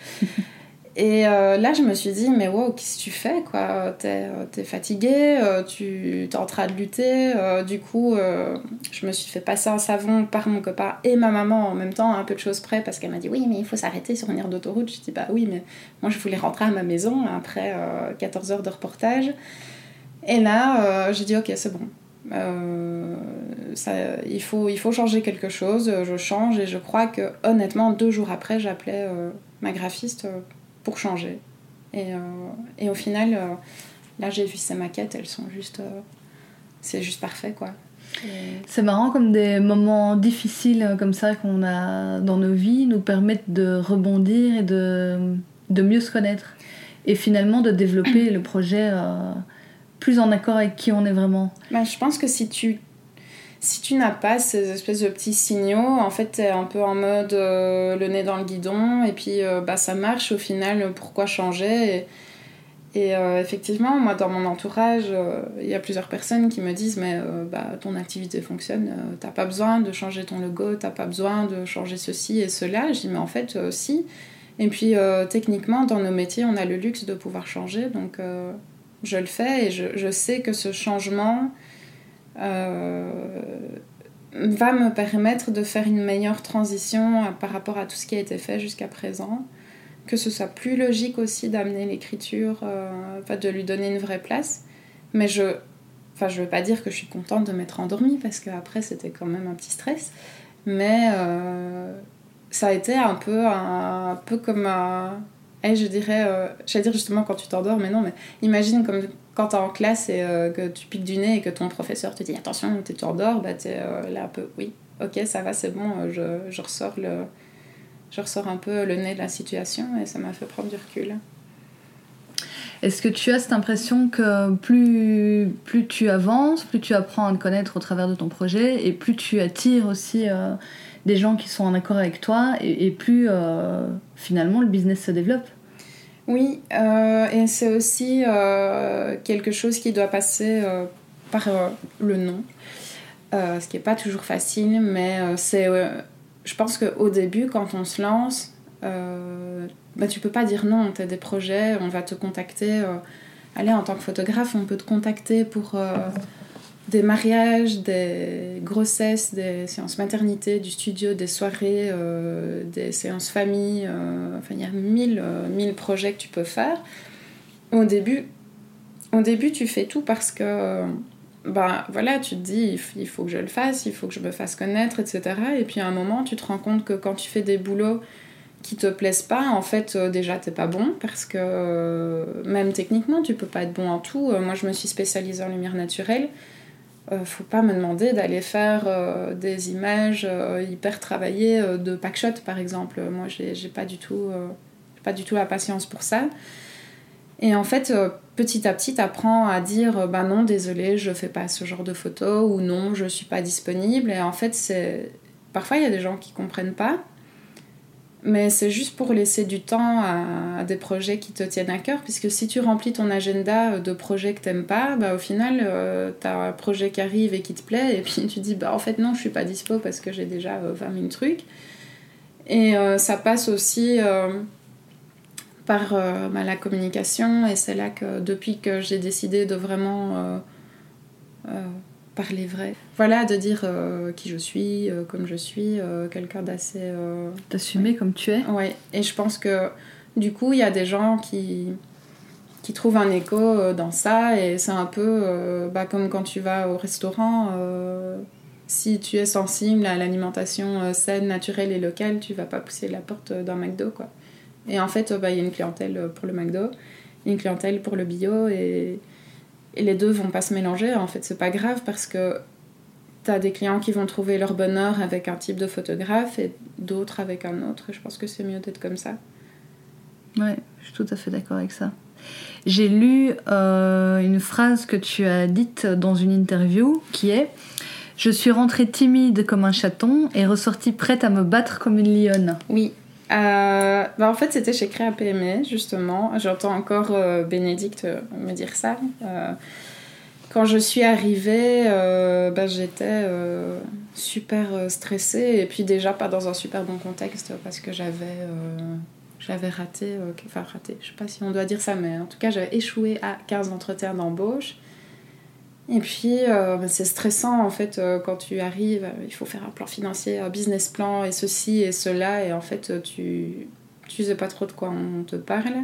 Et euh, là, je me suis dit, mais wow, qu'est-ce que tu fais, quoi ? T'es, t'es fatiguée, euh, tu es en train de lutter. Euh, du coup, euh, je me suis fait passer un savon par mon copain et ma maman en même temps, un peu de choses près, parce qu'elle m'a dit, oui, mais il faut s'arrêter sur une aire d'autoroute. Je dis, bah oui, mais moi, je voulais rentrer à ma maison après euh, quatorze heures de reportage. Et là, euh, j'ai dit, ok, c'est bon. Euh, ça, il, faut, il faut changer quelque chose. Je change et je crois que, honnêtement, deux jours après, j'appelais euh, ma graphiste euh, pour changer. Et, euh, et au final, euh, là, j'ai vu ces maquettes, elles sont juste... Euh, c'est juste parfait, quoi. Et... C'est marrant comme des moments difficiles comme ça qu'on a dans nos vies nous permettent de rebondir et de, de mieux se connaître. Et finalement de développer le projet euh, plus en accord avec qui on est vraiment. Ben, je pense que si tu... Si tu n'as pas ces espèces de petits signaux, en fait, t'es un peu en mode euh, le nez dans le guidon, et puis euh, bah, ça marche au final, pourquoi changer ? Et, et euh, effectivement, moi, dans mon entourage, il euh, y a plusieurs personnes qui me disent « Mais euh, bah, ton activité fonctionne, euh, t'as pas besoin de changer ton logo, t'as pas besoin de changer ceci et cela. » Je dis « Mais en fait, euh, si. » Et puis, euh, techniquement, dans nos métiers, on a le luxe de pouvoir changer, donc euh, je le fais, et je, je sais que ce changement... Euh, va me permettre de faire une meilleure transition par rapport à tout ce qui a été fait jusqu'à présent, que ce soit plus logique aussi d'amener l'écriture, euh, enfin de lui donner une vraie place. Mais je enfin je veux pas dire que je suis contente de m'être endormie parce qu'après c'était quand même un petit stress, mais euh, ça a été un peu un, un peu comme un et je dirais euh, j'allais dire justement quand tu t'endors, mais non, mais imagine comme quand t'es en classe et euh, que tu piques du nez et que ton professeur te dit attention, tu t'endors, bah t'es euh, là un peu oui, ok, ça va, c'est bon, euh, je, je ressors le je ressors un peu le nez de la situation et ça m'a fait prendre du recul. Est-ce que tu as cette impression que plus, plus tu avances, plus tu apprends à te connaître au travers de ton projet et plus tu attires aussi euh, des gens qui sont en accord avec toi et, et plus euh, finalement le business se développe ? Oui, euh, et c'est aussi euh, quelque chose qui doit passer euh, par euh, le nom, euh, ce qui n'est pas toujours facile, mais euh, c'est, euh, je pense qu'au début, quand on se lance, euh, bah, tu ne peux pas dire non, tu as des projets, on va te contacter. Euh, allez, en tant que photographe, on peut te contacter pour euh, des mariages, des grossesses, des séances maternité, du studio, des soirées, euh, des séances famille. Euh, enfin, il y a mille, euh, mille projets que tu peux faire. Au début, au début, tu fais tout parce que, ben, voilà, tu te dis, il faut que je le fasse, il faut que je me fasse connaître, et cetera. Et puis à un moment, tu te rends compte que quand tu fais des boulots qui te plaisent pas, en fait, euh, déjà, t'es pas bon parce que euh, même techniquement, tu peux pas être bon en tout. Euh, moi, je me suis spécialisée en lumière naturelle. Euh, faut pas me demander d'aller faire euh, des images euh, hyper travaillées euh, de packshot par exemple. Moi j'ai, j'ai pas du tout euh, pas du tout la patience pour ça. Et en fait euh, petit à petit t'apprends à dire euh, bah non, désolé, je fais pas ce genre de photos, ou non, je suis pas disponible. Et en fait c'est parfois il y a des gens qui comprennent pas, mais c'est juste pour laisser du temps à, à des projets qui te tiennent à cœur, puisque si tu remplis ton agenda de projets que t'aimes pas, bah au final euh, t'as un projet qui arrive et qui te plaît, et puis tu dis bah en fait non, je suis pas dispo parce que j'ai déjà euh, vingt mille trucs. Et euh, ça passe aussi euh, par euh, bah, la communication, et c'est là que depuis que j'ai décidé de vraiment euh, euh, parler vrai, voilà, de dire euh, qui je suis, euh, comme je suis, euh, quelqu'un d'assez... Euh... T'assumer comme tu es. Ouais, et je pense que du coup, il y a des gens qui, qui trouvent un écho dans ça, et c'est un peu euh, bah, comme quand tu vas au restaurant, euh, si tu es sensible à l'alimentation euh, saine, naturelle et locale, tu vas pas pousser la porte d'un McDo, quoi. Et en fait, bah, y a une clientèle pour le McDo, une clientèle pour le bio, et, et les deux vont pas se mélanger. En fait, c'est pas grave parce que t'as des clients qui vont trouver leur bonheur avec un type de photographe et d'autres avec un autre. Et je pense que c'est mieux d'être comme ça. Ouais, je suis tout à fait d'accord avec ça. J'ai lu euh, une phrase que tu as dite dans une interview qui est « Je suis rentrée timide comme un chaton et ressortie prête à me battre comme une lionne ». Oui. Euh, bah en fait, c'était chez Créa P M E, justement. J'entends encore euh, Bénédicte me dire ça. Euh, quand je suis arrivée, euh, bah, j'étais euh, super stressée. Et puis déjà, pas dans un super bon contexte parce que j'avais... Euh, J'avais raté, euh, enfin raté, je sais pas si on doit dire ça, mais en tout cas j'avais échoué à quinze entretiens d'embauche. Et puis euh, bah, c'est stressant en fait euh, quand tu arrives, euh, il faut faire un plan financier, un business plan et ceci et cela, et en fait tu, tu sais pas trop de quoi on te parle.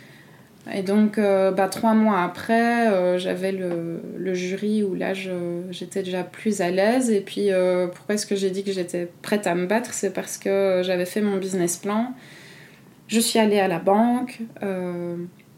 Et donc euh, bah, trois mois après, euh, j'avais le, le jury où là je, j'étais déjà plus à l'aise. Et puis euh, pourquoi est-ce que j'ai dit que j'étais prête à me battre? C'est parce que j'avais fait mon business plan. Je suis allée à la banque euh,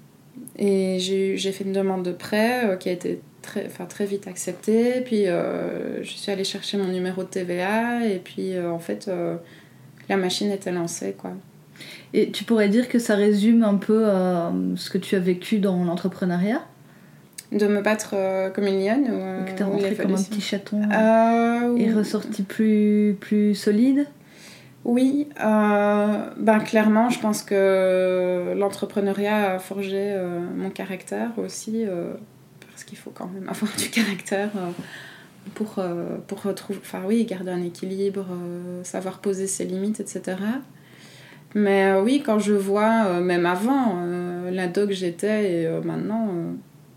et j'ai, j'ai fait une demande de prêt euh, qui a été très, enfin, très vite acceptée. Puis euh, je suis allée chercher mon numéro de T V A et puis euh, en fait euh, la machine était lancée, quoi. Et tu pourrais dire que ça résume un peu euh, ce que tu as vécu dans l'entrepreneuriat? De me battre euh, comme une lionne ou, euh, que t'es rentrée comme un petit chaton euh, et ressortie plus, plus solide? Oui, euh, ben clairement, je pense que l'entrepreneuriat a forgé euh, mon caractère aussi, euh, parce qu'il faut quand même avoir du caractère euh, pour, euh, pour retrouver, enfin oui, garder un équilibre, euh, savoir poser ses limites, et cetera. Mais euh, oui, quand je vois, euh, même avant, euh, l'ado que j'étais et euh, maintenant, euh,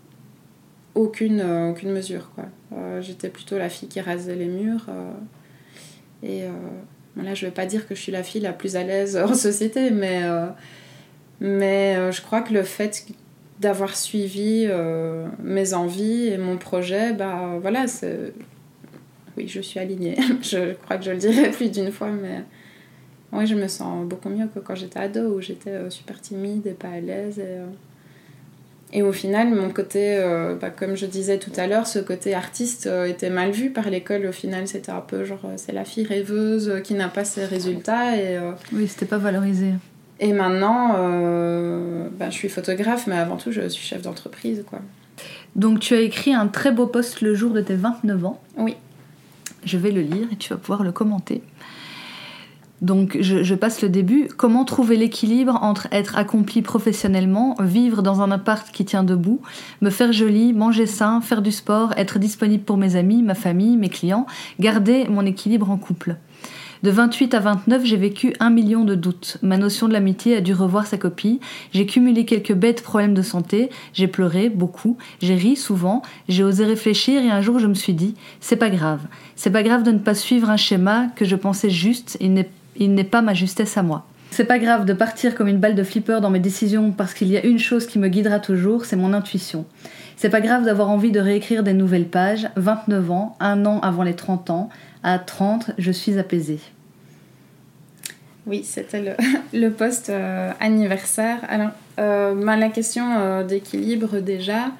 aucune, euh, aucune mesure, quoi. Euh, j'étais plutôt la fille qui rasait les murs euh, et... Euh, Là, je ne vais pas dire que je suis la fille la plus à l'aise en société, mais, euh, mais euh, je crois que le fait d'avoir suivi euh, mes envies et mon projet, bah, voilà, c'est... oui, je suis alignée. Je crois que je le dirai plus d'une fois, mais oui, je me sens beaucoup mieux que quand j'étais ado, où j'étais euh, super timide et pas à l'aise. Et, euh... et au final, mon côté, euh, bah, comme je disais tout à l'heure, ce côté artiste euh, était mal vu par l'école. Au final, c'était un peu genre, euh, c'est la fille rêveuse euh, qui n'a pas ses résultats. Et, euh... oui, c'était pas valorisé. Et maintenant, euh, bah, je suis photographe, mais avant tout, je suis chef d'entreprise, quoi. Donc, tu as écrit un très beau post le jour de tes vingt-neuf ans. Oui. Je vais le lire et tu vas pouvoir le commenter. Donc, je, je passe le début. Comment trouver l'équilibre entre être accompli professionnellement, vivre dans un appart qui tient debout, me faire jolie, manger sain, faire du sport, être disponible pour mes amis, ma famille, mes clients, garder mon équilibre en couple. De vingt-huit à vingt-neuf, j'ai vécu un million de doutes. Ma notion de l'amitié a dû revoir sa copie. J'ai cumulé quelques bêtes problèmes de santé. J'ai pleuré, beaucoup. J'ai ri souvent. J'ai osé réfléchir et un jour je me suis dit « C'est pas grave. C'est pas grave de ne pas suivre un schéma que je pensais juste. Il n'est, il n'est pas ma justesse à moi. C'est pas grave de partir comme une balle de flipper dans mes décisions parce qu'il y a une chose qui me guidera toujours, c'est mon intuition. C'est pas grave d'avoir envie de réécrire des nouvelles pages. vingt-neuf ans, un an avant les trente ans. À trente, je suis apaisée. » Oui, c'était le, le post euh, anniversaire. Alors, euh, bah, la question euh, d'équilibre, déjà,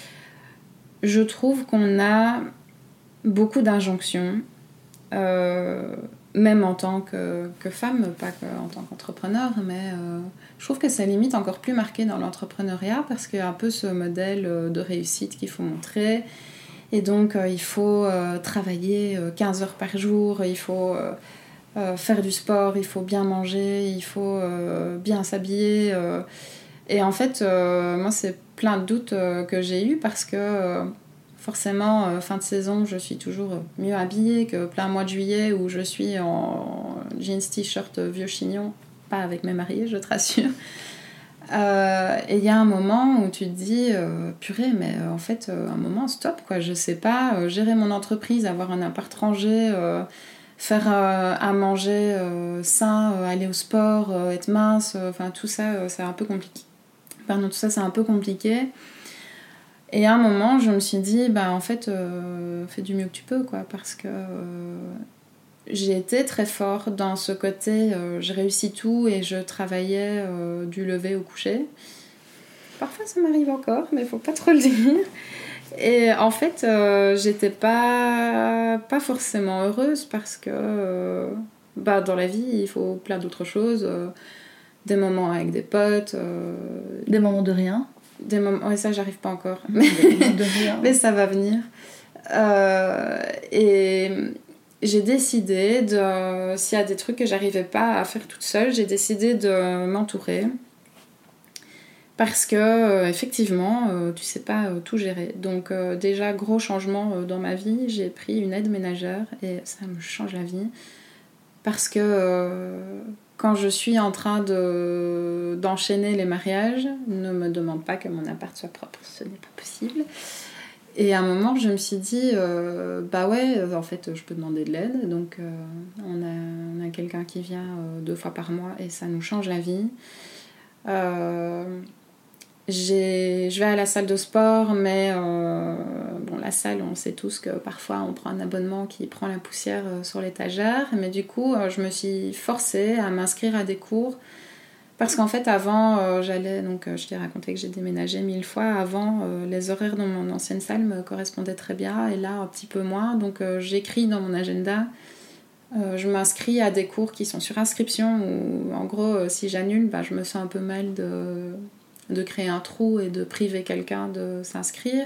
je trouve qu'on a beaucoup d'injonctions, euh, même en tant que, que femme, pas en tant qu'entrepreneur, mais euh, je trouve que ça limite encore plus marqué dans l'entrepreneuriat parce qu'il y a un peu ce modèle de réussite qu'il faut montrer. Et donc, euh, il faut euh, travailler quinze heures par jour, il faut euh, euh, faire du sport, il faut bien manger, il faut euh, bien s'habiller. Euh. Et en fait, euh, moi, c'est plein de doutes euh, que j'ai eus parce que euh, forcément, euh, fin de saison, je suis toujours mieux habillée que plein mois de juillet où je suis en jeans, t-shirt, vieux chignon, pas avec mes mariés, je te rassure. Euh, et il y a un moment où tu te dis euh, purée, mais euh, en fait euh, un moment stop, quoi. Je sais pas euh, gérer mon entreprise, avoir un appart rangé, euh, faire euh, à manger euh, sain, euh, aller au sport, euh, être mince, enfin euh, tout ça euh, c'est un peu compliqué. Pardon, tout ça c'est un peu compliqué. Et à un moment, je me suis dit, bah, en fait, euh, fais du mieux que tu peux, quoi, parce que euh, j'ai été très fort dans ce côté, euh, je réussis tout et je travaillais euh, du lever au coucher. Parfois, ça m'arrive encore, mais il faut pas trop le dire. Et en fait, euh, j'étais pas, pas forcément heureuse parce que euh, bah, dans la vie, il faut plein d'autres choses. Euh, des moments avec des potes. Euh, des moments de rien. Des moments... Ouais, ça, j'arrive pas encore. Des moments de rien. Mais ça va venir. Euh, et j'ai décidé de... S'il y a des trucs que j'arrivais pas à faire toute seule, j'ai décidé de m'entourer. Parce que, euh, effectivement, euh, tu sais pas euh, tout gérer. Donc, euh, déjà, gros changement euh, dans ma vie, j'ai pris une aide ménagère et ça me change la vie. Parce que euh, quand je suis en train de, d'enchaîner les mariages, ne me demande pas que mon appart soit propre, ce n'est pas possible. Et à un moment, je me suis dit, euh, bah ouais, en fait, je peux demander de l'aide. Donc, euh, on, a, on a quelqu'un qui vient euh, deux fois par mois et ça nous change la vie. Euh, J'ai, je vais à la salle de sport, mais euh, bon, la salle, on sait tous que parfois on prend un abonnement qui prend la poussière euh, sur l'étagère. Mais du coup, euh, je me suis forcée à m'inscrire à des cours. Parce qu'en fait, avant, euh, j'allais, donc euh, je t'ai raconté que j'ai déménagé mille fois. Avant, euh, les horaires dans mon ancienne salle me correspondaient très bien, et là, un petit peu moins. Donc, euh, j'écris dans mon agenda. Euh, je m'inscris à des cours qui sont sur inscription, où en gros, euh, si j'annule, bah, je me sens un peu mal de... de créer un trou et de priver quelqu'un de s'inscrire.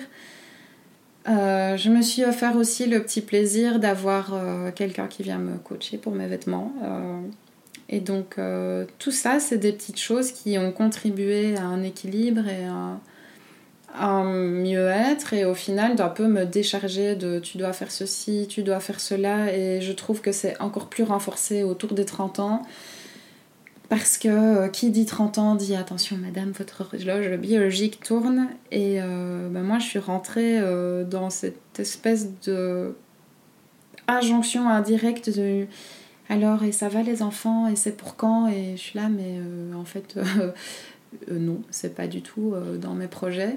Euh, je me suis offert aussi le petit plaisir d'avoir euh, quelqu'un qui vient me coacher pour mes vêtements. Euh, et donc, euh, tout ça, c'est des petites choses qui ont contribué à un équilibre et à, à un mieux-être. Et au final, d'un peu me décharger de tu dois faire ceci, tu dois faire cela. Et je trouve que c'est encore plus renforcé autour des trente ans. Parce que euh, qui dit trente ans dit attention madame, votre horloge biologique tourne. Et euh, ben moi je suis rentrée euh, dans cette espèce de injonction indirecte de alors et ça va les enfants et c'est pour quand, et je suis là mais euh, en fait euh, euh, non, c'est pas du tout euh, dans mes projets.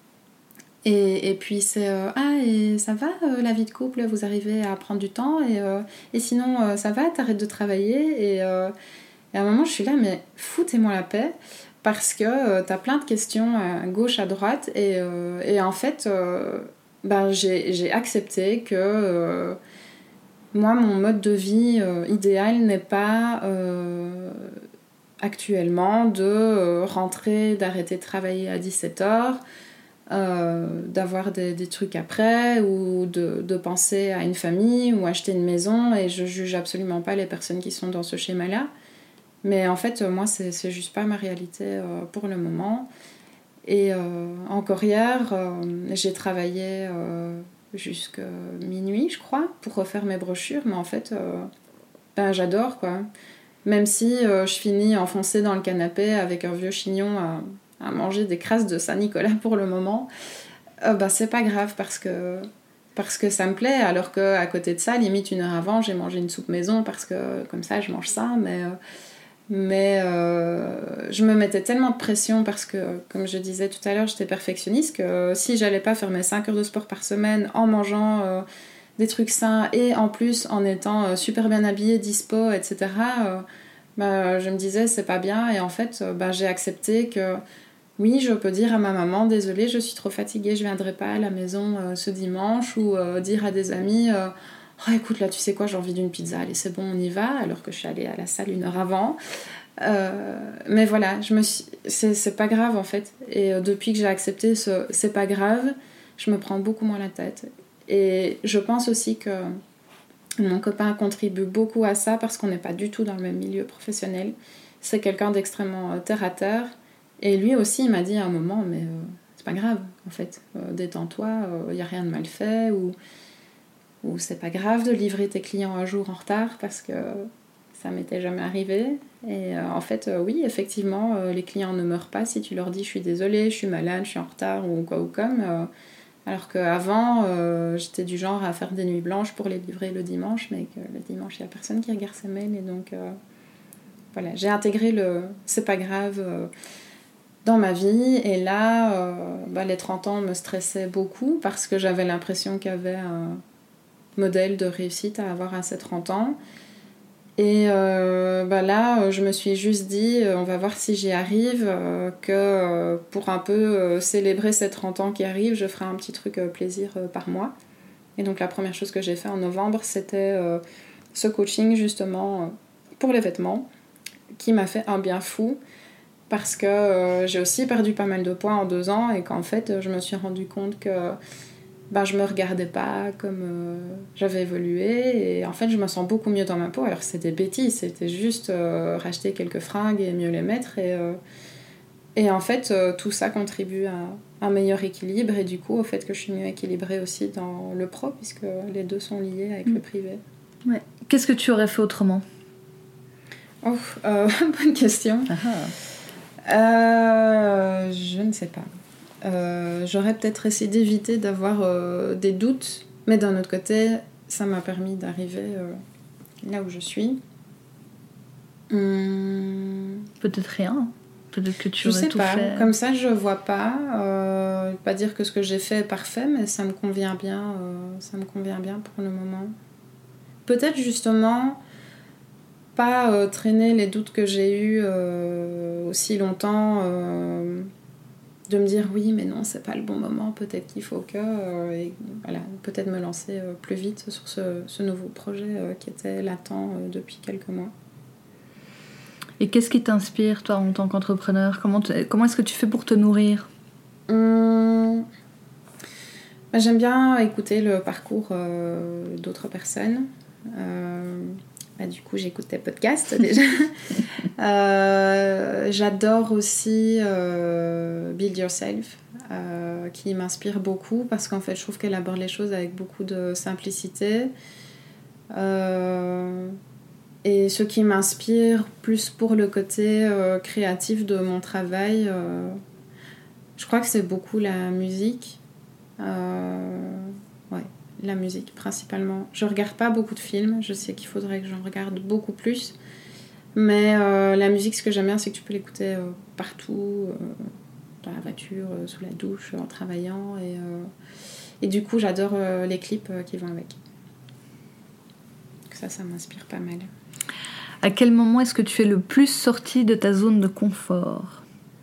Et, et puis c'est euh, ah et ça va euh, la vie de couple, vous arrivez à prendre du temps et, euh, et sinon euh, ça va, t'arrêtes de travailler et euh, Et à un moment, je suis là, mais foutez-moi la paix, parce que euh, t'as plein de questions à gauche, à droite, et, euh, et en fait, euh, ben, j'ai, j'ai accepté que euh, moi, mon mode de vie euh, idéal n'est pas euh, actuellement de euh, rentrer, d'arrêter de travailler à dix-sept heures, euh, d'avoir des, des trucs après, ou de, de penser à une famille, ou acheter une maison, et je juge absolument pas les personnes qui sont dans ce schéma-là. Mais en fait, moi, c'est, c'est juste pas ma réalité euh, pour le moment. Et euh, encore hier, euh, j'ai travaillé euh, jusqu'à minuit, je crois, pour refaire mes brochures. Mais en fait, euh, ben, j'adore, quoi. Même si euh, je finis enfoncée dans le canapé avec un vieux chignon à, à manger des crasses de Saint-Nicolas pour le moment, euh, ben, c'est pas grave parce que... parce que ça me plaît, alors qu'à côté de ça, limite une heure avant, j'ai mangé une soupe maison parce que comme ça, je mange ça, mais... Euh, Mais euh, je me mettais tellement de pression parce que, comme je disais tout à l'heure, j'étais perfectionniste que si j'allais pas faire mes cinq heures de sport par semaine en mangeant euh, des trucs sains et en plus en étant euh, super bien habillée, dispo, et cetera, euh, bah, je me disais c'est pas bien. Et en fait, euh, bah, j'ai accepté que oui, je peux dire à ma maman désolée, je suis trop fatiguée, je viendrai pas à la maison euh, ce dimanche, ou euh, dire à des amis euh, oh écoute là tu sais quoi, j'ai envie d'une pizza, allez c'est bon on y va, alors que je suis allée à la salle une heure avant. Euh, mais voilà, je me suis... c'est, c'est pas grave en fait, et euh, depuis que j'ai accepté ce c'est pas grave, je me prends beaucoup moins la tête. Et je pense aussi que mon copain contribue beaucoup à ça parce qu'on n'est pas du tout dans le même milieu professionnel. C'est quelqu'un d'extrêmement euh, terre à terre, et lui aussi il m'a dit à un moment mais euh, c'est pas grave en fait, euh, détends-toi, il euh, y a rien de mal fait, ou ou c'est pas grave de livrer tes clients un jour en retard parce que ça m'était jamais arrivé. Et euh, en fait, euh, oui, effectivement, euh, les clients ne meurent pas si tu leur dis je suis désolée, je suis malade, je suis en retard ou quoi ou comme. Euh, alors qu'avant, euh, j'étais du genre à faire des nuits blanches pour les livrer le dimanche, mais que le dimanche, il n'y a personne qui regarde ses mails. Et donc, euh, voilà, j'ai intégré le c'est pas grave. Euh, dans ma vie. Et là, euh, bah, les trente ans me stressaient beaucoup parce que j'avais l'impression qu'il y avait un modèle de réussite à avoir à ces trente ans. Et euh, bah là, je me suis juste dit, on va voir si j'y arrive, euh, que euh, pour un peu euh, célébrer ces trente ans qui arrivent, je ferai un petit truc euh, plaisir euh, par mois. Et donc la première chose que j'ai fait en novembre, c'était euh, ce coaching justement euh, pour les vêtements, qui m'a fait un bien fou, parce que euh, j'ai aussi perdu pas mal de poids en deux ans, et qu'en fait, je me suis rendu compte que ben, je me regardais pas comme euh, j'avais évolué, et en fait je me sens beaucoup mieux dans ma peau. Alors c'est des bêtises, c'était juste euh, racheter quelques fringues et mieux les mettre, et, euh, et en fait euh, tout ça contribue à un meilleur équilibre, et du coup au fait que je suis mieux équilibrée aussi dans le pro, puisque les deux sont liés avec mmh. le privé. Ouais. Qu'est-ce que tu aurais fait autrement? Oh, euh, bonne question. Euh, je ne sais pas. Euh, j'aurais peut-être essayé d'éviter d'avoir euh, des doutes, mais d'un autre côté, ça m'a permis d'arriver euh, là où je suis. Hum... Peut-être rien. Peut-être que tu je aurais sais tout pas. fait. Comme ça, je vois pas. Euh, pas dire que ce que j'ai fait est parfait, mais ça me convient bien. Euh, ça me convient bien pour le moment. Peut-être justement pas euh, traîner les doutes que j'ai eus euh, aussi longtemps. Euh, de me dire oui mais non c'est pas le bon moment, peut-être qu'il faut que euh, et voilà, peut-être me lancer euh, plus vite sur ce, ce nouveau projet euh, qui était latent euh, depuis quelques mois. Et qu'est-ce qui t'inspire toi en tant qu'entrepreneur? Comment, te, comment est-ce que tu fais pour te nourrir? hum... bah, j'aime bien écouter le parcours euh, d'autres personnes. euh... Bah, du coup j'écoute tes podcasts déjà. euh, j'adore aussi euh, Build Yourself, euh, qui m'inspire beaucoup parce qu'en fait je trouve qu'elle aborde les choses avec beaucoup de simplicité, euh, et ce qui m'inspire plus pour le côté euh, créatif de mon travail, euh, je crois que c'est beaucoup la musique. euh, ouais La musique principalement. Je regarde pas beaucoup de films, je sais qu'il faudrait que j'en regarde beaucoup plus, mais euh, la musique, ce que j'aime bien, c'est que tu peux l'écouter euh, partout, euh, dans la voiture, euh, sous la douche, en travaillant, et, euh, et du coup j'adore euh, les clips euh, qui vont avec. Ça, ça m'inspire pas mal. À quel moment est-ce que tu es le plus sortie de ta zone de confort?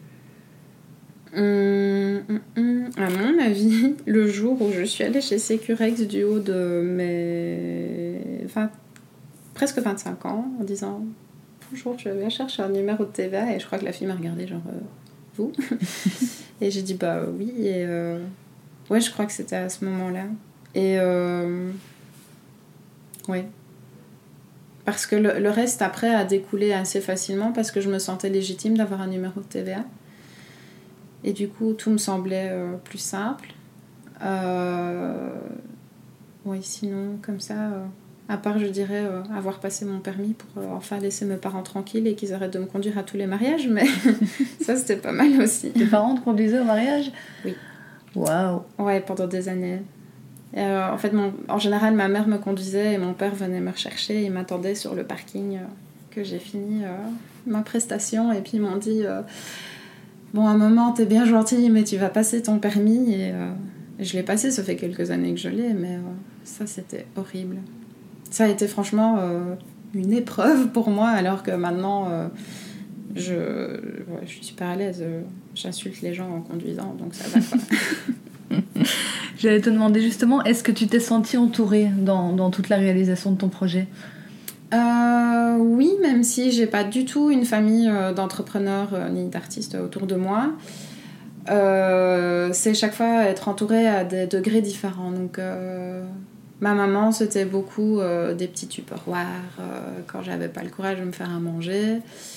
Hum, hum, hum. À mon avis, le jour où je suis allée chez Securex du haut de mes vingt, presque vingt-cinq ans, en disant bonjour, je vais chercher un numéro de T V A, et je crois que la fille m'a regardé genre euh, vous et j'ai dit bah oui, et euh... ouais, je crois que c'était à ce moment-là, et euh... ouais, parce que le, le reste après a découlé assez facilement parce que je me sentais légitime d'avoir un numéro de T V A. Et du coup, tout me semblait euh, plus simple. Euh... Oui, sinon, comme ça, euh, à part, je dirais, euh, avoir passé mon permis pour euh, enfin laisser mes parents tranquilles et qu'ils arrêtent de me conduire à tous les mariages, mais ça, c'était pas mal aussi. Tes parents te conduisaient au mariage? Oui. Waouh. Ouais, pendant des années. Euh, en fait, mon... en général, ma mère me conduisait et mon père venait me rechercher. Il m'attendait sur le parking euh, que j'ai fini euh, ma prestation, et puis ils m'ont dit... Euh, bon, à un moment, t'es bien gentil, mais tu vas passer ton permis. Et euh, je l'ai passé, ça fait quelques années que je l'ai, mais euh, ça, c'était horrible. Ça a été franchement euh, une épreuve pour moi, alors que maintenant, euh, je, ouais, je suis super à l'aise. J'insulte les gens en conduisant, donc ça va, quoi. J'allais te demander justement, est-ce que tu t'es sentie entourée dans, dans toute la réalisation de ton projet? Euh, oui, même si j'ai pas du tout une famille euh, d'entrepreneurs euh, ni d'artistes autour de moi. Euh, c'est chaque fois être entourée à des degrés différents. Donc, euh, ma maman, c'était beaucoup euh, des petits tupperwares euh, quand j'avais pas le courage de me faire à manger.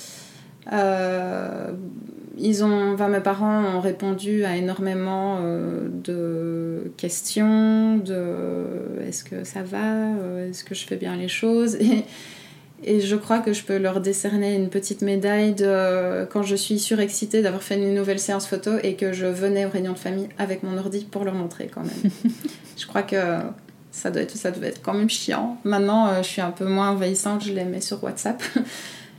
Euh, ils ont, enfin, mes parents ont répondu à énormément euh, de questions, de est-ce que ça va, est-ce que je fais bien les choses, et, et je crois que je peux leur décerner une petite médaille de quand je suis surexcitée d'avoir fait une nouvelle séance photo et que je venais aux réunions de famille avec mon ordi pour leur montrer quand même. Je crois que ça doit être, ça devait être quand même chiant. Maintenant, je suis un peu moins envahissante, je les mets sur WhatsApp.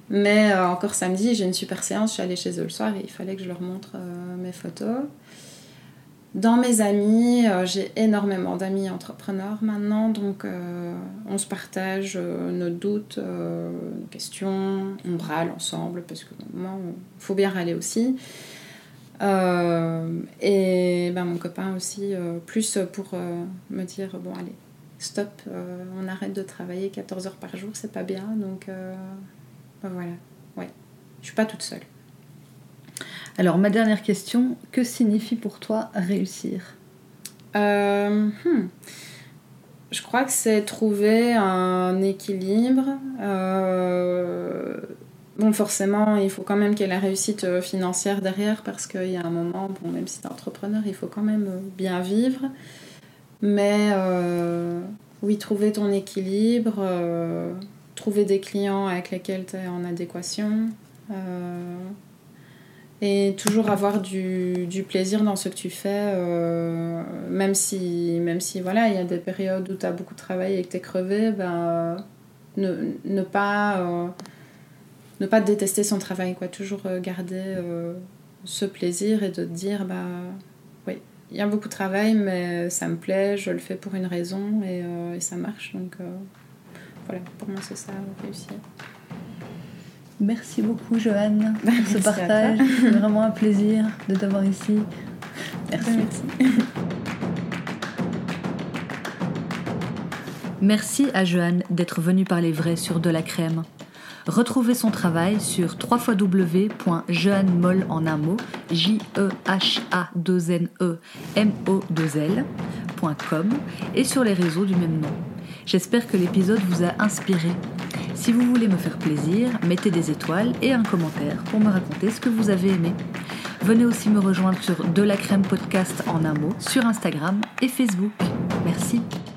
Mais euh, encore samedi, j'ai une super séance, je suis allée chez eux le soir et il fallait que je leur montre euh, mes photos. Dans mes amis, euh, j'ai énormément d'amis entrepreneurs maintenant, donc euh, on se partage euh, nos doutes, euh, nos questions, on râle ensemble parce qu'au moment, il faut bien râler aussi. Euh, et ben, mon copain aussi, euh, plus pour euh, me dire, bon allez, stop, euh, on arrête de travailler quatorze heures par jour, c'est pas bien, donc euh, ben voilà, ouais, je suis pas toute seule. Alors, ma dernière question, que signifie pour toi réussir ? euh, hmm. Je crois que c'est trouver un équilibre. Euh, bon, forcément, il faut quand même qu'il y ait la réussite financière derrière parce qu'il y a un moment, bon, même si tu es entrepreneur, il faut quand même bien vivre. Mais euh, oui, trouver ton équilibre, euh, trouver des clients avec lesquels tu es en adéquation. Euh, Et toujours avoir du, du plaisir dans ce que tu fais, euh, même si, même si voilà, il y a des périodes où tu as beaucoup travaillé et que tu es crevé, ben, ne, ne, pas, euh, ne pas détester son travail, quoi. Toujours garder euh, ce plaisir et de te dire, bah, oui, il y a beaucoup de travail, mais ça me plaît, je le fais pour une raison et, euh, et ça marche. Donc euh, voilà, pour moi c'est ça, réussir. Merci beaucoup Joanne pour ce partage. C'est vraiment un plaisir de t'avoir ici. Merci. Merci. Merci à Joanne d'être venue parler vrai sur De la Crème. Retrouvez son travail sur w w w point joannemol en un mot, J E H A deux N E M O deux L point com et sur les réseaux du même nom. J'espère que l'épisode vous a inspiré. Si vous voulez me faire plaisir, mettez des étoiles et un commentaire pour me raconter ce que vous avez aimé. Venez aussi me rejoindre sur De la Crème Podcast en un mot sur Instagram et Facebook. Merci.